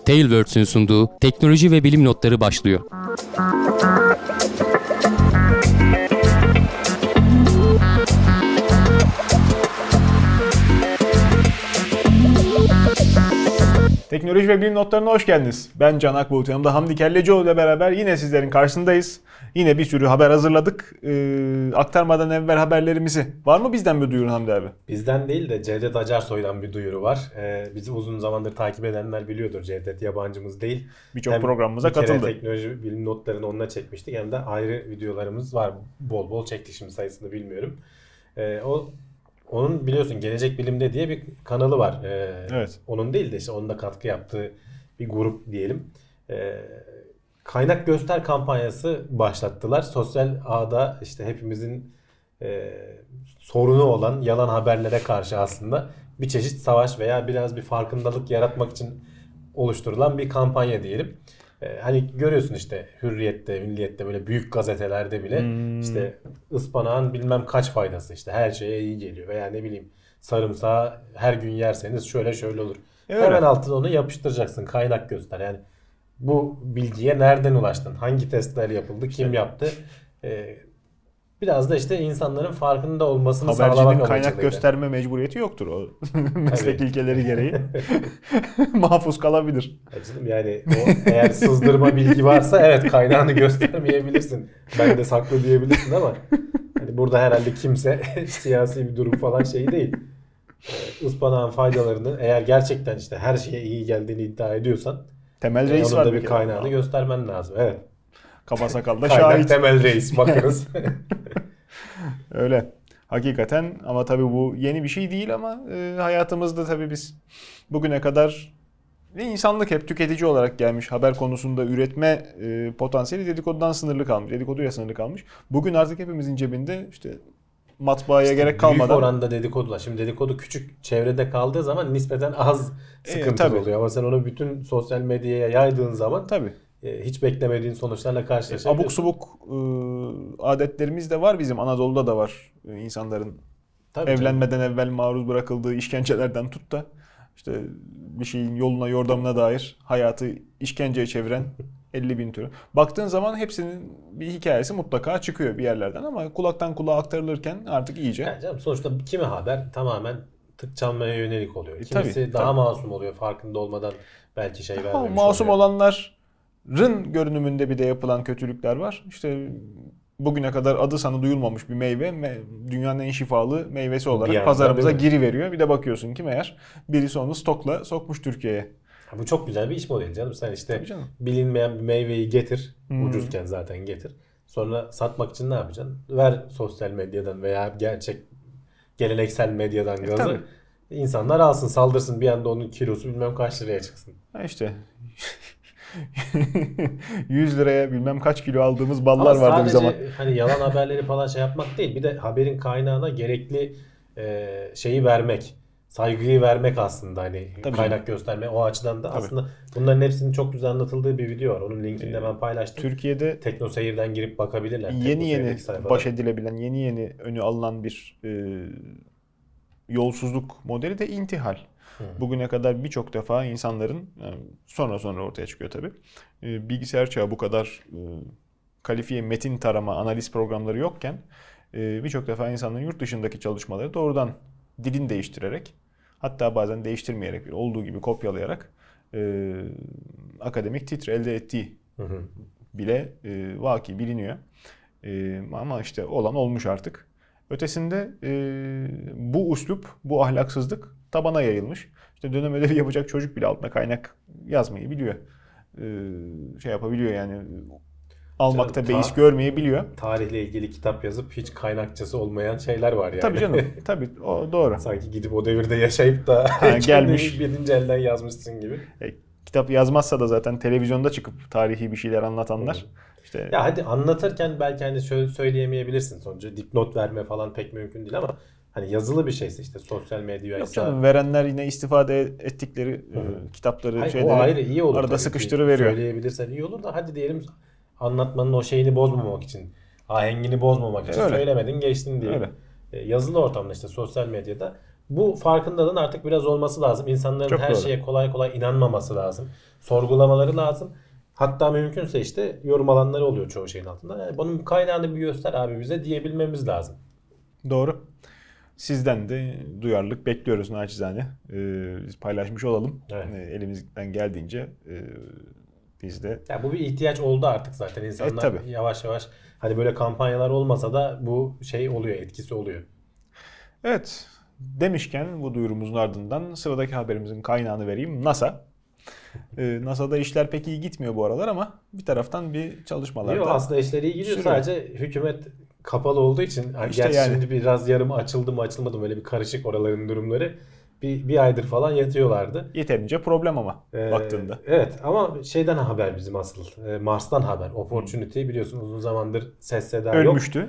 Tailwords'ün sunduğu teknoloji ve bilim notları başlıyor. Teknoloji ve bilim notlarına hoş geldiniz. Ben Can Akbulut, yanımda Hamdi Kellecioğlu ile beraber yine sizlerin karşısındayız. Yine bir sürü haber hazırladık. Aktarmadan evvel haberlerimizi. Var mı bizden bir duyurun Hamdi abi? Bizden değil de Cevdet Acarsoy'dan bir duyuru var. Bizi uzun zamandır takip edenler biliyordur. Cevdet yabancımız değil. Birçok programımıza katıldı. Hem bir kere teknoloji bilim notlarını onunla çekmiştik hem de ayrı videolarımız var. Bol bol çektik, şimdi sayısını bilmiyorum. Onun biliyorsun Gelecek Bilim'de diye bir kanalı var. Evet. Onun değil de işte onun da katkı yaptığı bir grup diyelim. Kaynak göster kampanyası başlattılar. Sosyal ağda işte hepimizin sorunu olan yalan haberlere karşı aslında bir çeşit savaş veya biraz bir farkındalık yaratmak için oluşturulan bir kampanya diyelim. Hani görüyorsun işte Hürriyet'te, Milliyet'te, böyle büyük gazetelerde bile işte ıspanağın bilmem kaç faydası, işte her şeye iyi geliyor veya ne bileyim sarımsağı her gün yerseniz şöyle şöyle olur. Evet. Hemen altına onu yapıştıracaksın, kaynak göster. Yani bu bilgiye nereden ulaştın? Hangi testler yapıldı? Kim yaptı? Biraz da işte insanların farkında olmasını sağlamak amacıyla. Habercinin kaynak gösterme mecburiyeti yoktur o meslek ilkeleri gereği. Mahfuz kalabilir. Yani o, eğer sızdırma bilgi varsa evet, kaynağını göstermeyebilirsin. Ben de saklı diyebilirsin ama hani burada herhalde kimse siyasi bir durum falan şey değil. Ispanağın faydalarını eğer gerçekten işte her şeye iyi geldiğini iddia ediyorsan Temel Reis var bir kaynağını göstermen lazım. Evet. Kaba sakalda şahit. Kaynak Temel Reis, bakınız. Öyle. Hakikaten, ama tabii bu yeni bir şey değil ama hayatımızda tabii biz bugüne kadar insanlık hep tüketici olarak gelmiş. Haber konusunda üretme potansiyeli dedikodudan sınırlı kalmış. Dedikoduyla sınırlı kalmış. Bugün artık hepimizin cebinde işte matbaaya işte gerek kalmadan. Büyük oranda dedikodular. Şimdi dedikodu küçük çevrede kaldığı zaman nispeten az sıkıntı oluyor. Ama sen onu bütün sosyal medyaya yaydığın zaman tabii hiç beklemediğin sonuçlarla karşılaşabiliyorsun. Abuk subuk adetlerimiz de var bizim. Anadolu'da da var insanların evlenmeden evvel maruz bırakıldığı işkencelerden tut da işte bir şeyin yoluna yordamına dair hayatı işkenceye çeviren 50 bin türü. Baktığın zaman hepsinin bir hikayesi mutlaka çıkıyor bir yerlerden ama kulaktan kulağa aktarılırken artık iyice. Yani canım, sonuçta kimi haber tamamen tık çalmaya yönelik oluyor. Kimisi daha masum oluyor, farkında olmadan belki şey vermemiş oluyor. Masum olanların görünümünde bir de yapılan kötülükler var. İşte bugüne kadar adı sanı duyulmamış bir meyve dünyanın en şifalı meyvesi olarak pazarımıza giriveriyor. Bir de bakıyorsun ki meğer birisi onu stokla sokmuş Türkiye'ye. Bu çok güzel bir iş modeli canım. Sen işte bilinmeyen bir meyveyi getir. Ucuzken zaten getir. Sonra satmak için ne yapacaksın? Ver sosyal medyadan veya geleneksel medyadan gazı. Tabii. İnsanlar alsın, saldırsın, bir anda onun kilosu bilmem kaç liraya çıksın. İşte 100 liraya bilmem kaç kilo aldığımız ballar vardı bir zaman. Sadece hani yalan haberleri falan şey yapmak değil. Bir de haberin kaynağına gerekli şeyi vermek. Saygıyı vermek aslında, hani tabii kaynak gösterme, o açıdan da tabii. Aslında bunların hepsinin çok güzel anlatıldığğı bir video var. Onun linkini de ben paylaştım. Türkiye'de TeknoSeyir'den girip bakabilirler. Yeni baş edilebilen, yeni önü alınan bir yolsuzluk modeli de intihal. Bugüne kadar birçok defa insanların, sonra ortaya çıkıyor tabii, bilgisayar çağı bu kadar kalifiye metin tarama, analiz programları yokken birçok defa insanların yurt dışındaki çalışmaları doğrudan dilini değiştirerek, hatta bazen değiştirmeyerek, olduğu gibi kopyalayarak akademik titre elde ettiği bile vaki biliniyor. Ama işte olan olmuş artık. Ötesinde bu üslup, bu ahlaksızlık tabana yayılmış. İşte dönem ödevi yapacak çocuk bile altına kaynak yazmayı biliyor. Şey yapabiliyor yani, almakta beis görmeyebiliyor. Tarihle ilgili kitap yazıp hiç kaynakçası olmayan şeyler var yani. Tabii canım. Tabii, o doğru. Sanki gidip o devirde yaşayıp da gelmiş birinci elden yazmışsın gibi. Kitap yazmazsa da zaten televizyonda çıkıp tarihi bir şeyler anlatanlar. İşte ya hadi anlatırken belki hani şöyle söyleyemeyebilirsin, sonuçta dipnot verme falan pek mümkün değil ama hani yazılı bir şeyse işte sosyal medya. Yok canım, verenler yine istifade ettikleri kitapları şeyleri ayrı, iyi olur arada sıkıştırıveriyor. Söyleyebilirsen iyi olur da hadi diyelim anlatmanın o şeyini bozmamak için, ahengini bozmamak için söylemedin geçtin diye. Yazılı ortamda işte sosyal medyada Bu farkındalığın artık biraz olması lazım. İnsanların Çok her doğru. şeye kolay kolay inanmaması lazım. Sorgulamaları lazım. Hatta mümkünse işte yorum alanları oluyor çoğu şeyin altında. Yani bunun kaynağını bir göster abi bize diyebilmemiz lazım. Doğru. Sizden de duyarlılık bekliyoruz naçizane. Biz paylaşmış olalım. Evet. Elimizden geldiğince biz de. Ya bu bir ihtiyaç oldu artık zaten. İnsanlar tabii. yavaş yavaş hani böyle kampanyalar olmasa da bu şey oluyor, etkisi oluyor. Evet. Demişken bu duyurumuzun ardından sıradaki haberimizin kaynağını vereyim. NASA. NASA'da işler pek iyi gitmiyor bu aralar ama bir taraftan bir çalışmalarda. Yok, aslında işleri iyi gidiyor. sürüyor. Sadece hükümet kapalı olduğu için İşte gerçi yani. şimdi biraz yarım açıldı mı açılmadı mı öyle bir karışık oraların durumları. Bir aydır falan yatıyorlardı. Yeterince problem ama baktığında. Evet ama şeyden haber bizim asıl. Mars'tan haber. Opportunity biliyorsun uzun zamandır ses seda yok. Ölmüştü.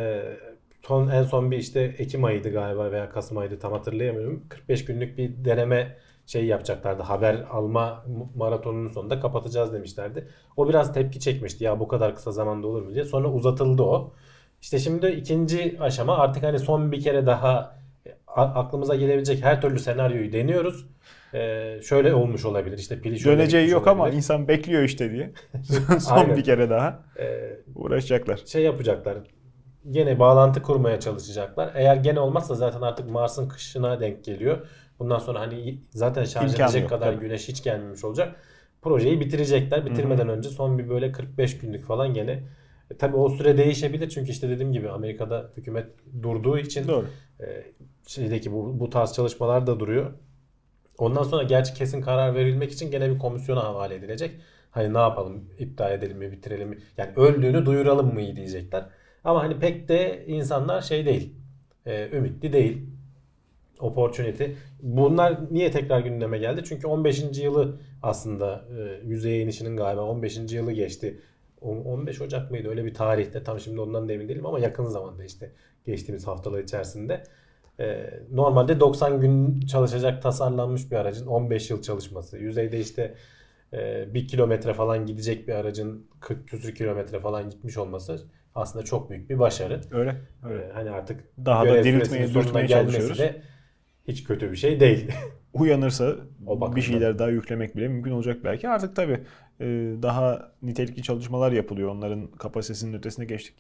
En son bir işte Ekim ayıydı galiba veya Kasım ayıydı tam hatırlayamıyorum. 45 günlük bir deneme şey yapacaklardı. Haber alma maratonunun sonunda kapatacağız demişlerdi. O biraz tepki çekmişti. Ya bu kadar kısa zamanda olur mu diye. Sonra uzatıldı o. İşte şimdi ikinci aşama artık hani son bir kere daha aklımıza gelebilecek her türlü senaryoyu deniyoruz. Şöyle olmuş olabilir. İşte pili şöyle Döneceği gitmiş yok olabilir. ama insan bekliyor işte diye. Son Aynen. bir kere daha Ee, uğraşacaklar. şey yapacaklar. Gene bağlantı kurmaya çalışacaklar. Eğer gene olmazsa zaten artık Mars'ın kışına denk geliyor. Bundan sonra hani zaten şarj İmkanı edecek yok, kadar tabii. güneş hiç gelmemiş olacak. Projeyi bitirecekler. Bitirmeden önce son bir böyle 45 günlük falan gene. Tabii o süre değişebilir çünkü işte dediğim gibi Amerika'da hükümet durduğu için Doğru. şeydeki bu tarz çalışmalar da duruyor. Ondan sonra gerçi kesin karar verilmek için gene bir komisyona havale edilecek. Hani ne yapalım? İptal edelim mi? Bitirelim mi? Yani öldüğünü duyuralım mı diyecekler. Ama hani pek de insanlar şey değil. Ümitli değil. Opportunity. Bunlar niye tekrar gündeme geldi? Çünkü 15. yılı aslında yüzeye inişinin galiba 15. yılı geçti. 15 Ocak mıydı? Öyle bir tarihte. Tam şimdi ondan da emin değilim ama yakın zamanda işte geçtiğimiz haftalar içerisinde. Normalde 90 gün çalışacak tasarlanmış bir aracın 15 yıl çalışması. Yüzeyde işte 1 kilometre falan gidecek bir aracın 40 küsür kilometre falan gitmiş olması aslında çok büyük bir başarı. Öyle. Hani artık Daha da görev diriltmeye, süresinin sonuna dürtmeye gelmesi çalışıyoruz. de hiç kötü bir şey değil. Uyanırsa O bakımdan. bir şeyler daha yüklemek bile mümkün olacak belki. Artık tabii daha nitelikli çalışmalar yapılıyor. Onların kapasitesinin ötesine geçtik.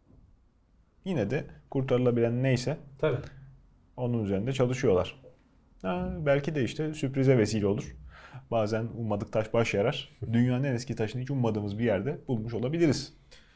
Yine de kurtarılabilen neyse Tabii. onun üzerinde çalışıyorlar. Belki de işte sürprize vesile olur. Bazen ummadık taş baş yarar. Dünyanın en eski taşını hiç ummadığımız bir yerde bulmuş olabiliriz.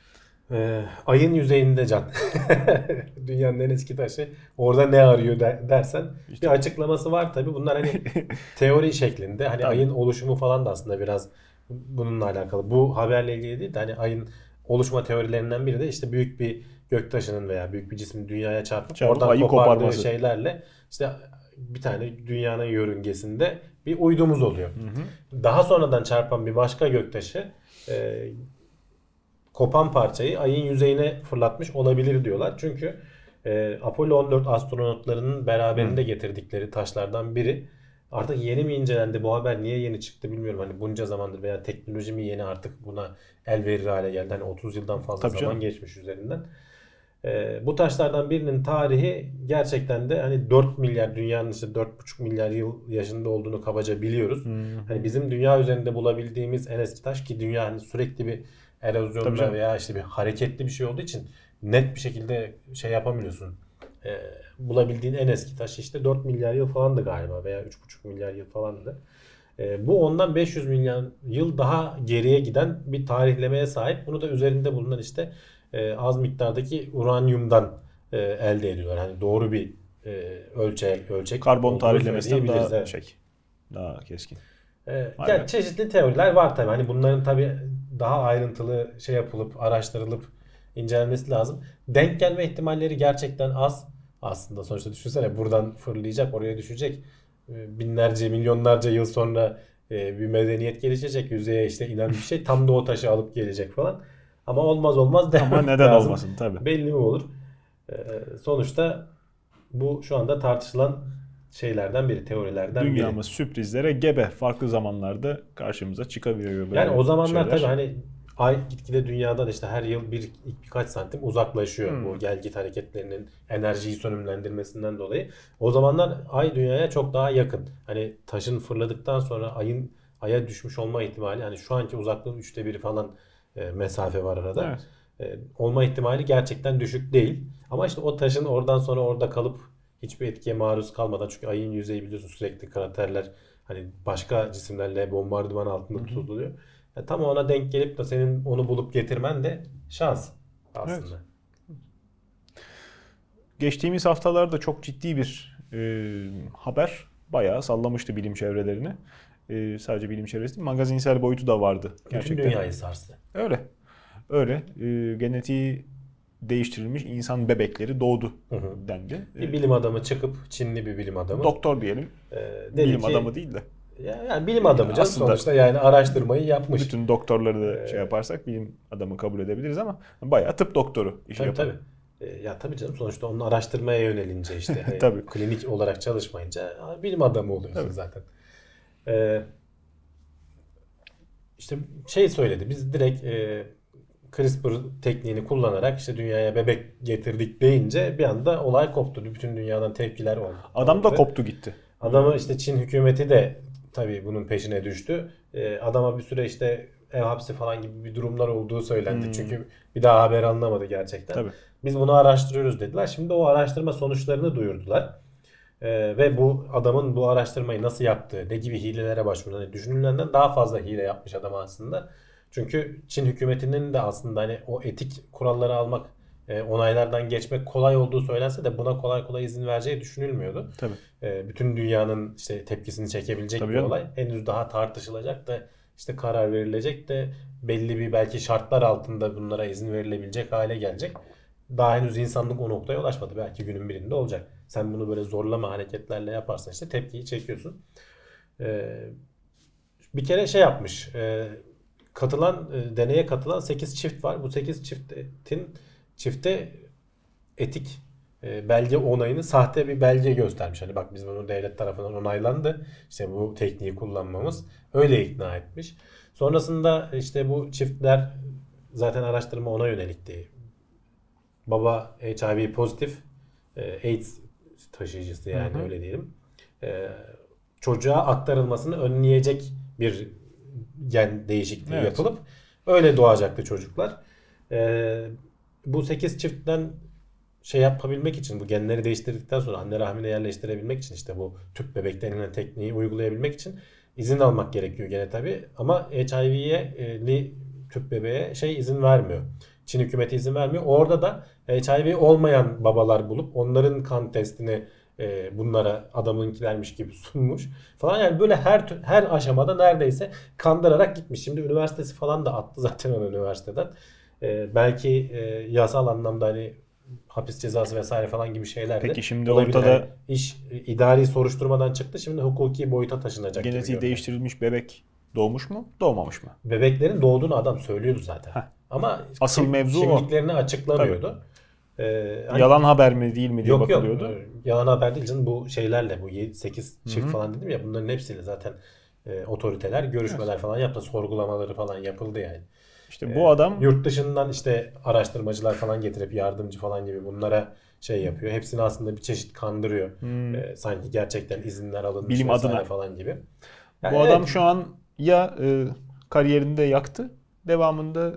Ayın yüzeyinde can. Dünyanın en eski taşı. Orada ne arıyor dersen İşte. bir açıklaması var tabii. Bunlar hani teori şeklinde. Hani Tabii. ayın oluşumu falan da aslında biraz bununla alakalı. Bu haberle ilgili değil de hani ayın oluşma teorilerinden biri de işte büyük bir göktaşının veya büyük bir cismin dünyaya çarpıp oradan ayı kopardığı koparması. şeylerle işte bir tane dünyanın yörüngesinde bir uydumuz oluyor. Daha sonradan çarpan bir başka göktaşı kopan parçayı ayın yüzeyine fırlatmış olabilir diyorlar. Çünkü Apollo 14 astronotlarının beraberinde getirdikleri taşlardan biri. Artık yeni mi incelendi bu haber, niye yeni çıktı bilmiyorum. Hani bunca zamandır veya teknoloji mi yeni artık buna el verir hale geldi. Hani 30 yıldan fazla Tabii zaman canım. geçmiş üzerinden. Bu taşlardan birinin tarihi gerçekten de hani 4 milyar, dünyanın işte 4,5 milyar yıl yaşında olduğunu kabaca biliyoruz. Hani bizim dünya üzerinde bulabildiğimiz en eski taş ki dünya hani sürekli bir Tabii erozyonda canım. veya işte bir hareketli bir şey olduğu için net bir şekilde şey yapamıyorsun. Bulabildiğin en eski taş işte 4 milyar yıl falandı galiba veya 3,5 milyar yıl falandı. Bu ondan 500 milyon yıl daha geriye giden bir tarihlemeye sahip. Bunu da üzerinde bulunan işte az miktardaki uranyumdan elde ediyorlar. Hani doğru bir ölçek Karbon olduğunu tarihlemesinden söyleyebiliriz, daha evet. daha keskin. Yani Aynen. çeşitli teoriler var tabii. Hani bunların tabii daha ayrıntılı şey yapılıp araştırılıp incelenmesi lazım. Denk gelme ihtimalleri gerçekten az. Aslında sonuçta düşünsene buradan fırlayacak, oraya düşecek. Binlerce, milyonlarca yıl sonra bir medeniyet gelişecek. Yüzeye işte inen bir şey. Tam da o taşı alıp gelecek falan. Ama olmaz demek Ama neden lazım. olmasın tabii. Belli mi olur? Sonuçta bu şu anda tartışılan şeylerden biri, teorilerden biri. Dünyamız sürprizlere gebe. Farklı zamanlarda karşımıza çıkabiliyor. Yani o zamanlar şeyler. tabii hani Ay gitgide dünyadan işte her yıl birkaç santim uzaklaşıyor bu gel-git hareketlerinin enerjiyi sönümlendirmesinden dolayı. O zamanlar Ay dünyaya çok daha yakın. Hani taşın fırladıktan sonra ayın Ay'a düşmüş olma ihtimali, hani şu anki uzaklığın 1/3 falan mesafe var arada. Evet. Olma ihtimali gerçekten düşük değil. Ama işte o taşın oradan sonra orada kalıp hiçbir etkiye maruz kalmadan, çünkü ayın yüzeyi biliyorsun sürekli kraterler, hani başka cisimlerle bombardıman altında tutuluyor. Tam ona denk gelip de senin onu bulup getirmen de şans aslında. Evet. Geçtiğimiz haftalarda çok ciddi bir haber bayağı sallamıştı bilim çevrelerini. Sadece bilim çevresi değil, magazinsel boyutu da vardı. Bütün dünyayı sarstı. Öyle. Genetiği değiştirilmiş insan bebekleri doğdu dendi. Bir bilim adamı çıkıp, Çinli bir bilim adamı. Doktor diyelim. Bilim adamı değil de. Yani bilim adamı canım sonuçta, yani araştırmayı yapmış. Bütün doktorları da şey yaparsak bilim adamı kabul edebiliriz ama bayağı tıp doktoru işi yapan. Tabii. Ya tabii canım, sonuçta onun araştırmaya yönelince işte hani Tabii. klinik olarak çalışmayınca bilim adamı oluyorsun tabii. Zaten. İşte şey söyledi, biz direkt CRISPR tekniğini kullanarak işte dünyaya bebek getirdik deyince bir anda olay koptu. Bütün dünyadan tepkiler oldu. Adam da koptu gitti. Adamı işte Çin hükümeti de tabii bunun peşine düştü. Adama bir süre işte ev hapsi falan gibi bir durumlar olduğu söylendi. Çünkü bir daha haber alınamadı gerçekten. Tabii. Biz bunu araştırıyoruz dediler. Şimdi o araştırma sonuçlarını duyurdular. Ve bu adamın bu araştırmayı nasıl yaptığı, ne gibi hilelere başvurduğu, hani düşünülenden daha fazla hile yapmış adam aslında. Çünkü Çin hükümetinin de aslında hani o etik kuralları almak, onaylardan geçmek kolay olduğu söylense de buna kolay kolay izin vereceği düşünülmüyordu. Tabii. Bütün dünyanın işte tepkisini çekebilecek Tabii bir olay. Henüz daha tartışılacak da işte karar verilecek de belli bir belki şartlar altında bunlara izin verilebilecek hale gelecek. Daha henüz insanlık o noktaya ulaşmadı. Belki günün birinde olacak. Sen bunu böyle zorlama hareketlerle yaparsan işte tepkiyi çekiyorsun. Bir kere şey yapmış. Deneye katılan 8 çift var. Bu 8 çifte etik belge onayını sahte bir belge göstermiş. Hani bak biz bunu devlet tarafından onaylandı. İşte bu tekniği kullanmamız. Öyle ikna etmiş. Sonrasında işte bu çiftler, zaten araştırma ona yönelikti. Baba HIV pozitif, AIDS taşıyıcısı yani öyle diyelim. Çocuğa aktarılmasını önleyecek bir gen değişikliği yapılıp öyle doğacaktı çocuklar. Bu 8 çiftten şey yapabilmek için, bu genleri değiştirdikten sonra anne rahmine yerleştirebilmek için, işte bu tüp bebek denilen tekniği uygulayabilmek için izin almak gerekiyor gene tabii. Ama HIV'li tüp bebeğe izin vermiyor. Çin hükümeti izin vermiyor. Orada da HIV olmayan babalar bulup onların kan testini bunlara adamınkilermiş gibi sunmuş falan. Yani böyle her aşamada neredeyse kandırarak gitmiş. Şimdi üniversitesi falan da attı zaten onu üniversiteden. Belki yasal anlamda hani hapis cezası vesaire falan gibi şeyler de. Peki şimdi olabilir. ortada Yani iş idari soruşturmadan çıktı. Şimdi hukuki boyuta taşınacak. Genetiği değiştirilmiş bebek doğmuş mu? Doğmamış mı? Bebeklerin doğduğunu adam söylüyordu zaten. Ama asıl mevzu kimliklerini açıklamıyordu. Hani yalan haber mi değil mi diye bakılıyordu. Yok. Yalan haber değil canım. Bu şeylerle, bu 8 çift falan dedim ya, bunların hepsiyle zaten otoriteler görüşmeler falan yaptı. Sorgulamaları falan yapıldı yani. İşte bu adam yurt dışından işte araştırmacılar falan getirip yardımcı falan gibi bunlara şey yapıyor. Hepsini aslında bir çeşit kandırıyor. Sanki gerçekten izinler alınmış bilim adına falan gibi. Yani bu adam şu an ya kariyerinde yaktı, devamında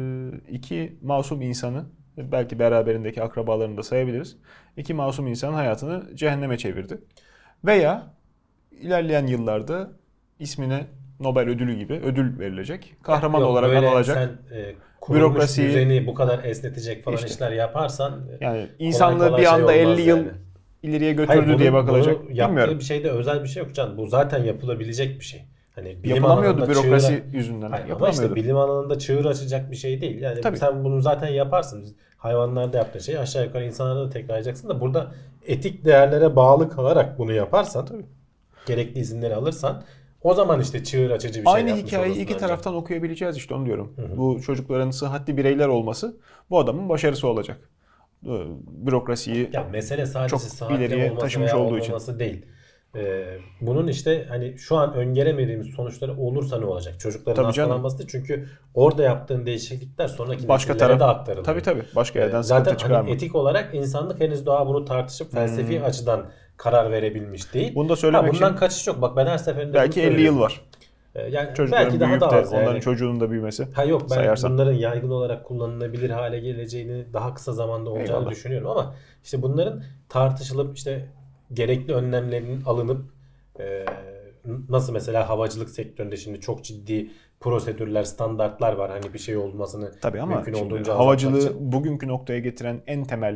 2 masum insanı, belki beraberindeki akrabalarını da sayabiliriz, 2 masum insanın hayatını cehenneme çevirdi. Veya ilerleyen yıllarda ismine Nobel ödülü gibi ödül verilecek. Kahraman olarak anılacak. Sen bürokrasi düzeni bu kadar esnetecek falan işler yaparsan yani insanlığı bir anda 50 yıl ileriye götürdü diye bakılacak. Yaptığı bir şeyde özel bir şey yok canım. Bu zaten yapılabilecek bir şey. Hani yapılamıyordu bürokrasi yüzünden. Ama işte bilim alanında çığır açacak bir şey değil. Yani sen bunu zaten yaparsın. Hayvanlarda yaptığın şeyi aşağı yukarı insanlarda da tekrarlayacaksın da burada etik değerlere bağlı kalarak bunu yaparsan, gerekli izinleri alırsan, o zaman işte çığır açıcı bir şey aynı yapmış hikayeyi iki taraftan okuyabileceğiz, işte onu diyorum. Bu çocukların sıhhatli bireyler olması bu adamın başarısı olacak. Bürokrasiyi mesele sadece çok ileriye taşımış olduğu için değil. Bunun işte hani şu an öngöremediğimiz sonuçları olursa ne olacak? Çocukların Tabii canım. hastalanması, çünkü orada yaptığın değişiklikler sonraki Başka nesillere de taraf. aktarılıyor. Tabii. Başka yerden Zaten sıkıntı çıkarma. hani etik olarak insanlık henüz daha bunu tartışıp felsefi açıdan karar verebilmiş değil. Bunu da söylemek bundan için kaçış yok. Bak ben her seferinde belki bunu 50 söylüyorum. yıl var. Yani Çocukların belki daha büyüyüp da de az. onların Yani. çocuğunun da büyümesi. Yok, ben sayarsan. bunların yaygın olarak kullanılabilir hale geleceğini, daha kısa zamanda olacağını Eyvallah. düşünüyorum, ama işte bunların tartışılıp işte gerekli önlemlerin alınıp nasıl mesela havacılık sektöründe şimdi çok ciddi prosedürler, standartlar var. Hani bir şey olmasını Tabii ama mümkün şimdi olduğunca havacılığı azaltmak için. bugünkü noktaya getiren en temel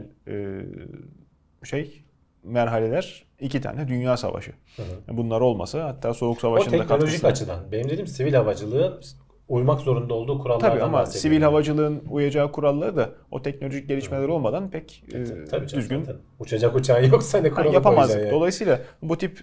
merhaleler 2 tane dünya savaşı. Bunlar olmasa, hatta Soğuk O Savaş'ın da teknolojik katkısı. açıdan. Benim dediğim sivil havacılığın uymak zorunda olduğu kurallardan Tabii ama bahsediyorum. sivil havacılığın uyacağı kuralları da o teknolojik gelişmeler olmadan pek Tabii canım, düzgün zaten. Uçacak uçağın yoksa ne kuralı yapamazdık. koyacaksın yani. Dolayısıyla bu tip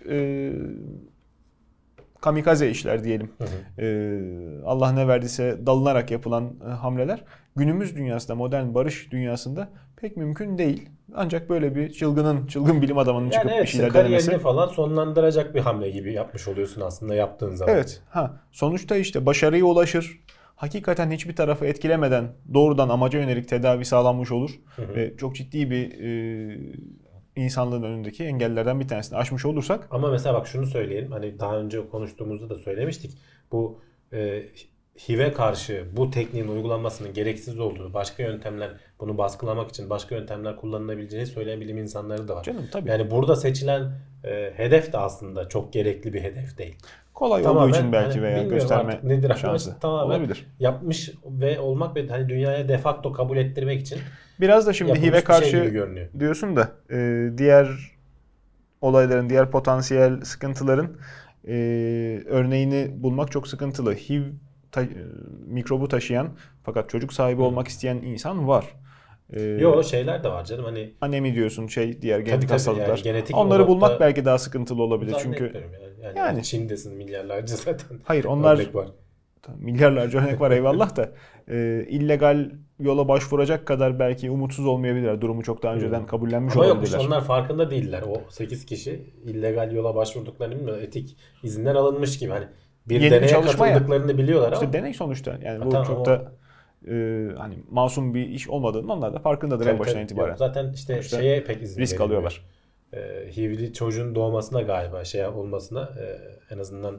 kamikaze işler diyelim. Allah ne verdiyse dalınarak yapılan hamleler günümüz dünyasında, modern barış dünyasında pek mümkün değil. Ancak böyle bir çılgın bilim adamının çıkıp Yani evet, bir şeyler kariyerini denemesi. falan sonlandıracak bir hamle gibi yapmış oluyorsun aslında yaptığın zaman. Evet. Sonuçta işte başarıya ulaşır. Hakikaten hiçbir tarafı etkilemeden doğrudan amaca yönelik tedavi sağlanmış olur. Ve çok ciddi bir insanlığın önündeki engellerden bir tanesini aşmış olursak. Ama mesela bak şunu söyleyelim. Hani daha önce konuştuğumuzda da söylemiştik. Bu HIV'e karşı bu tekniğin uygulanmasının gereksiz olduğu, başka yöntemler, bunu baskılamak için başka yöntemler kullanılabileceğini söyleyen bilim insanları da var. Canım tabii. Yani burada seçilen hedef de aslında çok gerekli bir hedef değil. Kolay Tamamen, olduğu için belki hani veya bilmiyorum gösterme artık nedir ama şansı tamamen olabilir. yapmış ve olmak ve hani dünyaya de facto kabul ettirmek için Biraz da şimdi yapılmış HIV'e bir karşı şey gibi görünüyor. diyorsun da diğer olayların, diğer potansiyel sıkıntıların örneğini bulmak çok sıkıntılı. HIV mikrobu taşıyan fakat çocuk sahibi olmak isteyen insan var. Yo, şeyler de var canım, hani Anemi diyorsun, diğer genetik tabii, hastalıklar. yani genetik onları olarak bulmak da belki daha sıkıntılı olabilir çünkü zannetmiyorum yani Çin'desin milyarlarca zaten. hayır, onlar örnek var. milyarlarca örnek var eyvallah da illegal yola başvuracak kadar belki umutsuz olmayabilirler. Durumu çok daha önceden kabullenmiş Ama yokmuş, olabilirler. onlar farkında değiller. O 8 kişi illegal yola başvurduklarını bilmiyor. Etik izinler alınmış gibi. Hani bir Yeni bir deneye çalışma ya. katıldıklarını biliyorlar ama. İşte deney sonuçta. Yani bu Tamam, çok da hani masum bir iş olmadığını onlar da farkındadır en baştan itibaren. Yok, zaten işte Sonuçta şeye pek izin risk verilmiyor. alıyorlar. HIV'li çocuğun doğmasına galiba olmasına en azından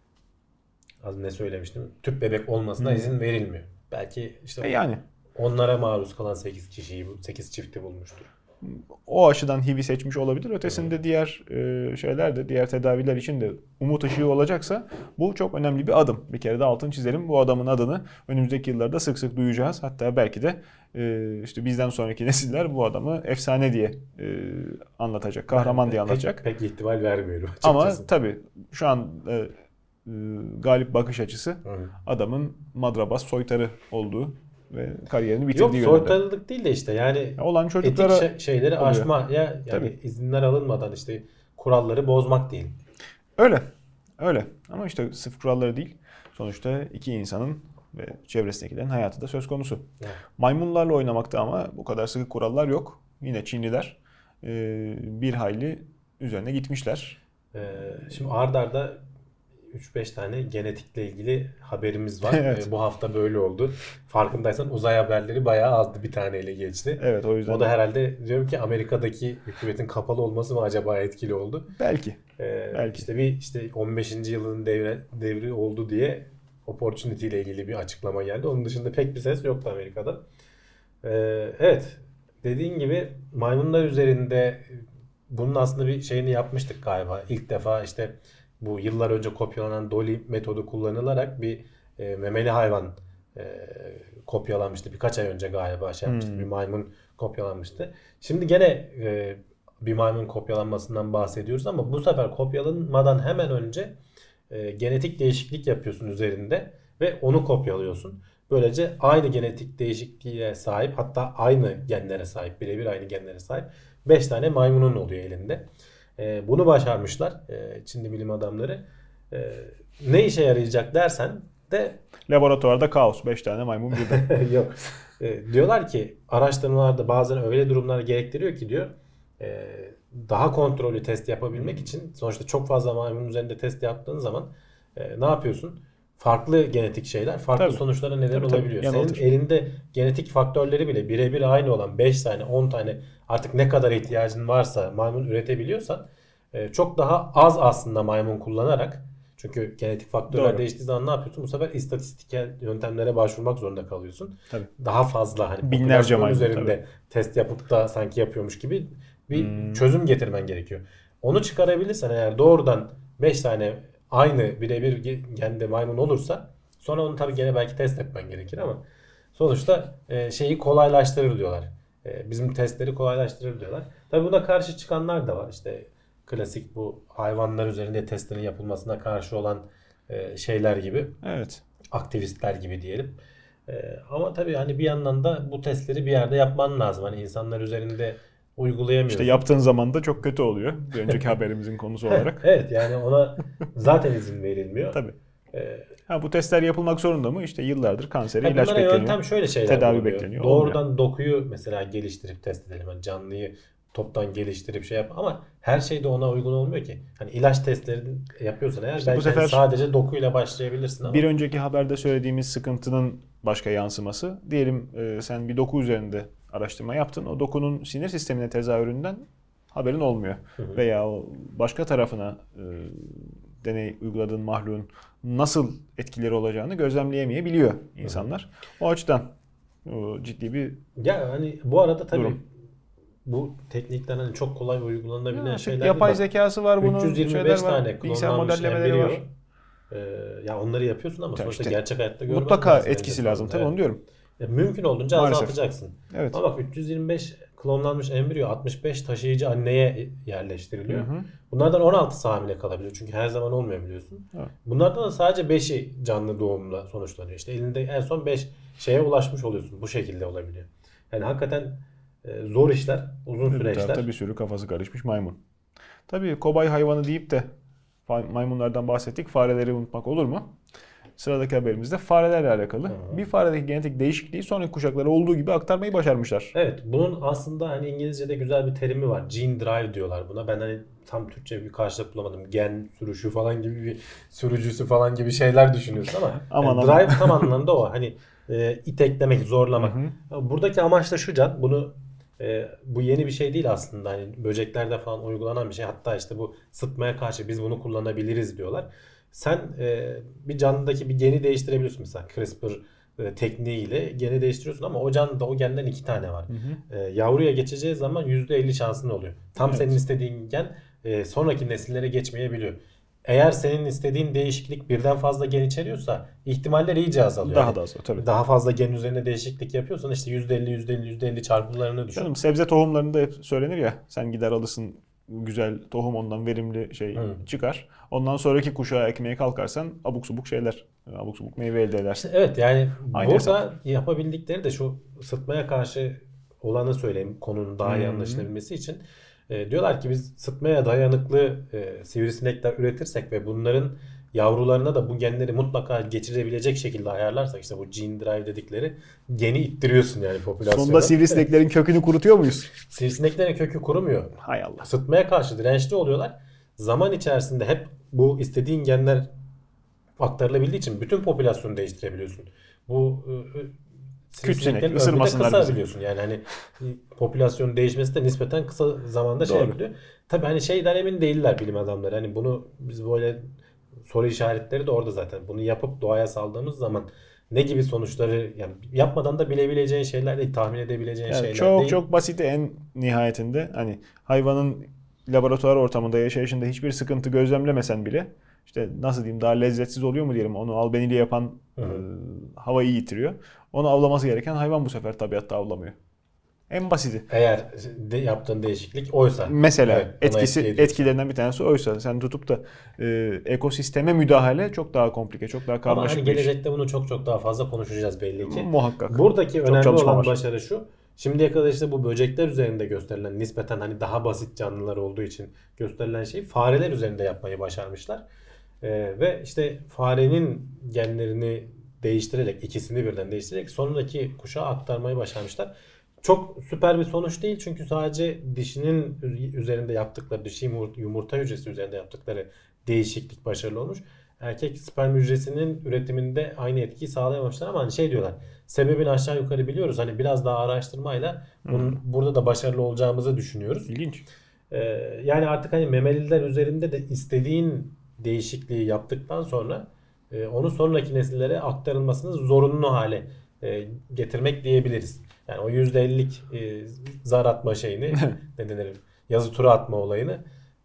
az ne söylemiştim, tüp bebek olmasına izin verilmiyor. Belki işte Yani onlara maruz kalan 8 çifti bulmuştur. o açıdan HIV'i seçmiş olabilir. Ötesinde diğer şeyler de, diğer tedaviler için de umut ışığı olacaksa bu çok önemli bir adım. Bir kere de altını çizelim. Bu adamın adını önümüzdeki yıllarda sık sık duyacağız. Hatta belki de işte bizden sonraki nesiller bu adamı efsane diye anlatacak, kahraman diye anlatacak. Pek ihtimal vermiyorum açıkçası. Ama tabii şu an galip bakış açısı adamın madrabas, soytarı olduğu ve kariyerini bitirdiği Yok, yönünde. soytarılık değil de işte yani Olan çocuklara etik şeyleri oluyor. aşma ya, yani Tabii. izinler alınmadan işte kuralları bozmak değil. Öyle. Ama işte sırf kuralları değil. Sonuçta iki insanın ve çevresindekilerin hayatı da söz konusu. Evet. Maymunlarla oynamakta ama bu kadar sıkı kurallar yok. Yine Çinliler bir hayli üzerine gitmişler. Şimdi ard arda 3-5 tane genetikle ilgili haberimiz var. Evet. Bu hafta böyle oldu. Farkındaysan uzay haberleri bayağı azdı, bir taneyle geçti. Evet, o yüzden. O da herhalde diyorum ki Amerika'daki hükümetin kapalı olması mı acaba etkili oldu? Belki. İşte 15. yılın devri oldu diye opportunity ile ilgili bir açıklama geldi. Onun dışında pek bir ses yoktu Amerika'da. Evet. Dediğin gibi maymunlar üzerinde bunun aslında bir şeyini yapmıştık galiba. İlk defa işte bu yıllar önce kopyalanan Dolly metodu kullanılarak bir memeli hayvan kopyalanmıştı. Birkaç ay önce galiba yapmıştık. Bir maymun kopyalanmıştı. Şimdi gene bir maymun kopyalanmasından bahsediyoruz ama bu sefer kopyalanmadan hemen önce genetik değişiklik yapıyorsun üzerinde ve onu kopyalıyorsun. Böylece aynı genetik değişikliğe sahip, hatta aynı genlere sahip, birebir aynı genlere sahip 5 tane maymunun oluyor elinde. Bunu başarmışlar Çinli bilim adamları. Ne işe yarayacak dersen de Laboratuvarda kaos. 5 tane maymun birden. yok. Diyorlar ki araştırmalarda bazen öyle durumlar gerektiriyor ki diyor daha kontrollü test yapabilmek için sonuçta çok fazla maymun üzerinde test yaptığın zaman ne yapıyorsun? Farklı genetik şeyler farklı Tabii. sonuçlara neden Tabii, olabiliyor. yanıltır. Senin elinde genetik faktörleri bile birebir aynı olan 5 tane 10 tane artık ne kadar ihtiyacın varsa maymun üretebiliyorsan çok daha az aslında maymun kullanarak, çünkü genetik faktörler Doğru. değiştiği zaman ne yapıyorsun? Bu sefer istatistiksel yöntemlere başvurmak zorunda kalıyorsun. Tabii. Daha fazla hani Binlerce popülasyon maymun, üzerinde test yapıp da sanki yapıyormuş gibi bir çözüm getirmen gerekiyor. Onu çıkarabilirsen eğer doğrudan 5 tane aynı birebir gende maymun olursa sonra onu tabii gene belki test etmen gerekir ama sonuçta şeyi kolaylaştırır diyorlar. Bizim testleri kolaylaştırır diyorlar. Tabii buna karşı çıkanlar da var. İşte klasik bu hayvanlar üzerinde testlerin yapılmasına karşı olan şeyler gibi. Evet. Aktivistler gibi diyelim. Ama tabii hani bir yandan da bu testleri bir yerde yapman lazım. Hani insanlar üzerinde uygulayamıyorsun. İşte yaptığın zaman da çok kötü oluyor. Bir önceki haberimizin konusu olarak. Evet, yani ona zaten izin verilmiyor. Tabii. Bu testler yapılmak zorunda mı? İşte yıllardır kansere ilaç bunlara bekleniyor. yöntem şöyle şeyler Tedavi bulunuyor. bekleniyor. Doğrudan Olmuyor. dokuyu mesela geliştirip test edelim. Hani canlıyı toptan geliştirip şey yap ama her şey de ona uygun olmuyor ki. Hani ilaç testlerini yapıyorsan eğer İşte bu belki sefer sadece dokuyla başlayabilirsin ama bir önceki haberde söylediğimiz sıkıntının başka yansıması. Diyelim sen bir doku üzerinde araştırma yaptın. O dokunun sinir sistemine tezahüründen haberin olmuyor. Veya o başka tarafına deney uyguladığın mahluğun nasıl etkileri olacağını gözlemleyemeyebiliyor insanlar. O açıdan ciddi bir ya hani bu arada tabii durum. bu teknikler hani çok kolay uygulanabilen şeyler yapay değil. zekası var bunun. 325 şeyler var, tane bilgisayar klonlanmış modellemeleri embriyo. var. Ya onları yapıyorsun ama Ya sonuçta işte gerçek hayatta görmen mutlaka lazım etkisi eninde lazım. sonunda. Tabii Evet. onu diyorum. Mümkün olduğunca Maalesef. azaltacaksın. Evet. Ama bak 325 klonlanmış embriyo 65 taşıyıcı anneye yerleştiriliyor. Bunlardan 16'sı hamile kalabiliyor. Çünkü her zaman olmuyor biliyorsun. Evet. Bunlardan da sadece 5'i canlı doğumla sonuçlanıyor. İşte elinde en son 5 şeye ulaşmış oluyorsun. Bu şekilde olabiliyor. Yani hakikaten zor işler, uzun Öbür süreçler. tarafta bir sürü kafası karışmış maymun. Tabii kobay hayvanı deyip de maymunlardan bahsettik. Fareleri unutmak olur mu? Sıradaki haberimizde farelerle alakalı. Bir faredeki genetik değişikliği sonraki kuşaklara olduğu gibi aktarmayı başarmışlar. Evet, bunun aslında hani İngilizce'de güzel bir terimi var. Gene drive diyorlar buna. Ben hani tam Türkçe bir karşılık bulamadım. Gen sürüşü falan gibi bir sürücüsü falan gibi şeyler düşünüyorsun ama Aman drive tam anlamda o. Hani iteklemek, zorlamak. Buradaki amaç da şu Can. Bunu bu yeni bir şey değil aslında. Hani böceklerde falan uygulanan bir şey. Hatta işte bu sıtmaya karşı biz bunu kullanabiliriz diyorlar. Sen bir canlıdaki bir geni değiştirebiliyorsun mesela CRISPR tekniğiyle geni değiştiriyorsun ama o canlıda o genden 2 tane var. Yavruya geçeceği zaman %50 şansın oluyor. Tam senin istediğin gen sonraki nesillere geçmeyebiliyor. Eğer senin istediğin değişiklik birden fazla gen içeriyorsa ihtimaller iyice azalıyor. Daha da azalıyor tabii. Daha fazla gen üzerine değişiklik yapıyorsan işte %50 çarpımlarını düşün. Canım sebze tohumlarında hep söylenir ya, sen gider alırsın güzel tohum, ondan verimli şey çıkar. Ondan sonraki kuşağa ekmeye kalkarsan abuk subuk şeyler, abuk subuk meyve elde edersin. İşte evet, yani Aynı burada hesap. yapabildikleri de şu sıtmaya karşı olanı söyleyeyim konunun daha iyi anlaşılabilmesi için. Diyorlar ki biz sıtmaya dayanıklı sivrisinekler üretirsek ve bunların yavrularına da bu genleri mutlaka geçirebilecek şekilde ayarlarsak, işte bu gene drive dedikleri geni ittiriyorsun yani popülasyona. Sonunda sivrisineklerin kökünü kurutuyor muyuz? Sivrisineklerin kökü kurumuyor. Hay Allah. Sıtmaya karşı dirençli oluyorlar. Zaman içerisinde hep bu istediğin genler aktarılabildiği için bütün popülasyonu değiştirebiliyorsun. Bu Küçücük, ömrü de ısırmasınlar kısa bizi. biliyorsun. Yani hani popülasyonun değişmesi de nispeten kısa zamanda şey Doğru. yapılıyor. Tabii hani şeyden emin değiller bilim adamları. Hani bunu biz böyle soru işaretleri de orada zaten. Bunu yapıp doğaya saldığımız zaman ne gibi sonuçları, yani yapmadan da bilebileceğin şeyler değil, tahmin edebileceğin Yani şeyler çok değil. çok basit en nihayetinde, hani hayvanın laboratuvar ortamında yaşayışında hiçbir sıkıntı gözlemlemesen bile, işte nasıl diyeyim, daha lezzetsiz oluyor mu diyelim, onu albenili yapan havayı yitiriyor. Onu avlaması gereken hayvan bu sefer tabiatta avlamıyor. En basiti. Eğer yaptığın değişiklik oysa. Mesela evet, ona etki ediyorsun. etkilerinden bir tanesi oysa, sen tutup da ekosisteme müdahale çok daha komplike, çok daha Ama karmaşık hani bir iş. gelecekte bunu çok çok daha fazla konuşacağız belli ki. Muhakkak. Buradaki Çok önemli çalışma olan var. başarı şu. Şimdiye kadar işte bu böcekler üzerinde gösterilen, nispeten hani daha basit canlılar olduğu için gösterilen şeyi fareler üzerinde yapmayı başarmışlar. Ve işte farenin genlerini değiştirerek, ikisini birden değiştirerek sonraki kuşağa aktarmayı başarmışlar. Çok süper bir sonuç değil çünkü sadece dişinin üzerinde yaptıkları, dişi yumurta hücresi üzerinde yaptıkları değişiklik başarılı olmuş. Erkek sperm hücresinin üretiminde aynı etkiyi sağlayamamışlar ama hani şey diyorlar. Sebebini aşağı yukarı biliyoruz. Hani biraz daha araştırmayla burada da başarılı olacağımızı düşünüyoruz. İlginç. Yani artık hani memeliler üzerinde de istediğin değişikliği yaptıktan sonra onu sonraki nesillere aktarılmasını zorunlu hale getirmek diyebiliriz. Yani o %50'lik zar atma şeyini ne denir, yazı tura atma olayını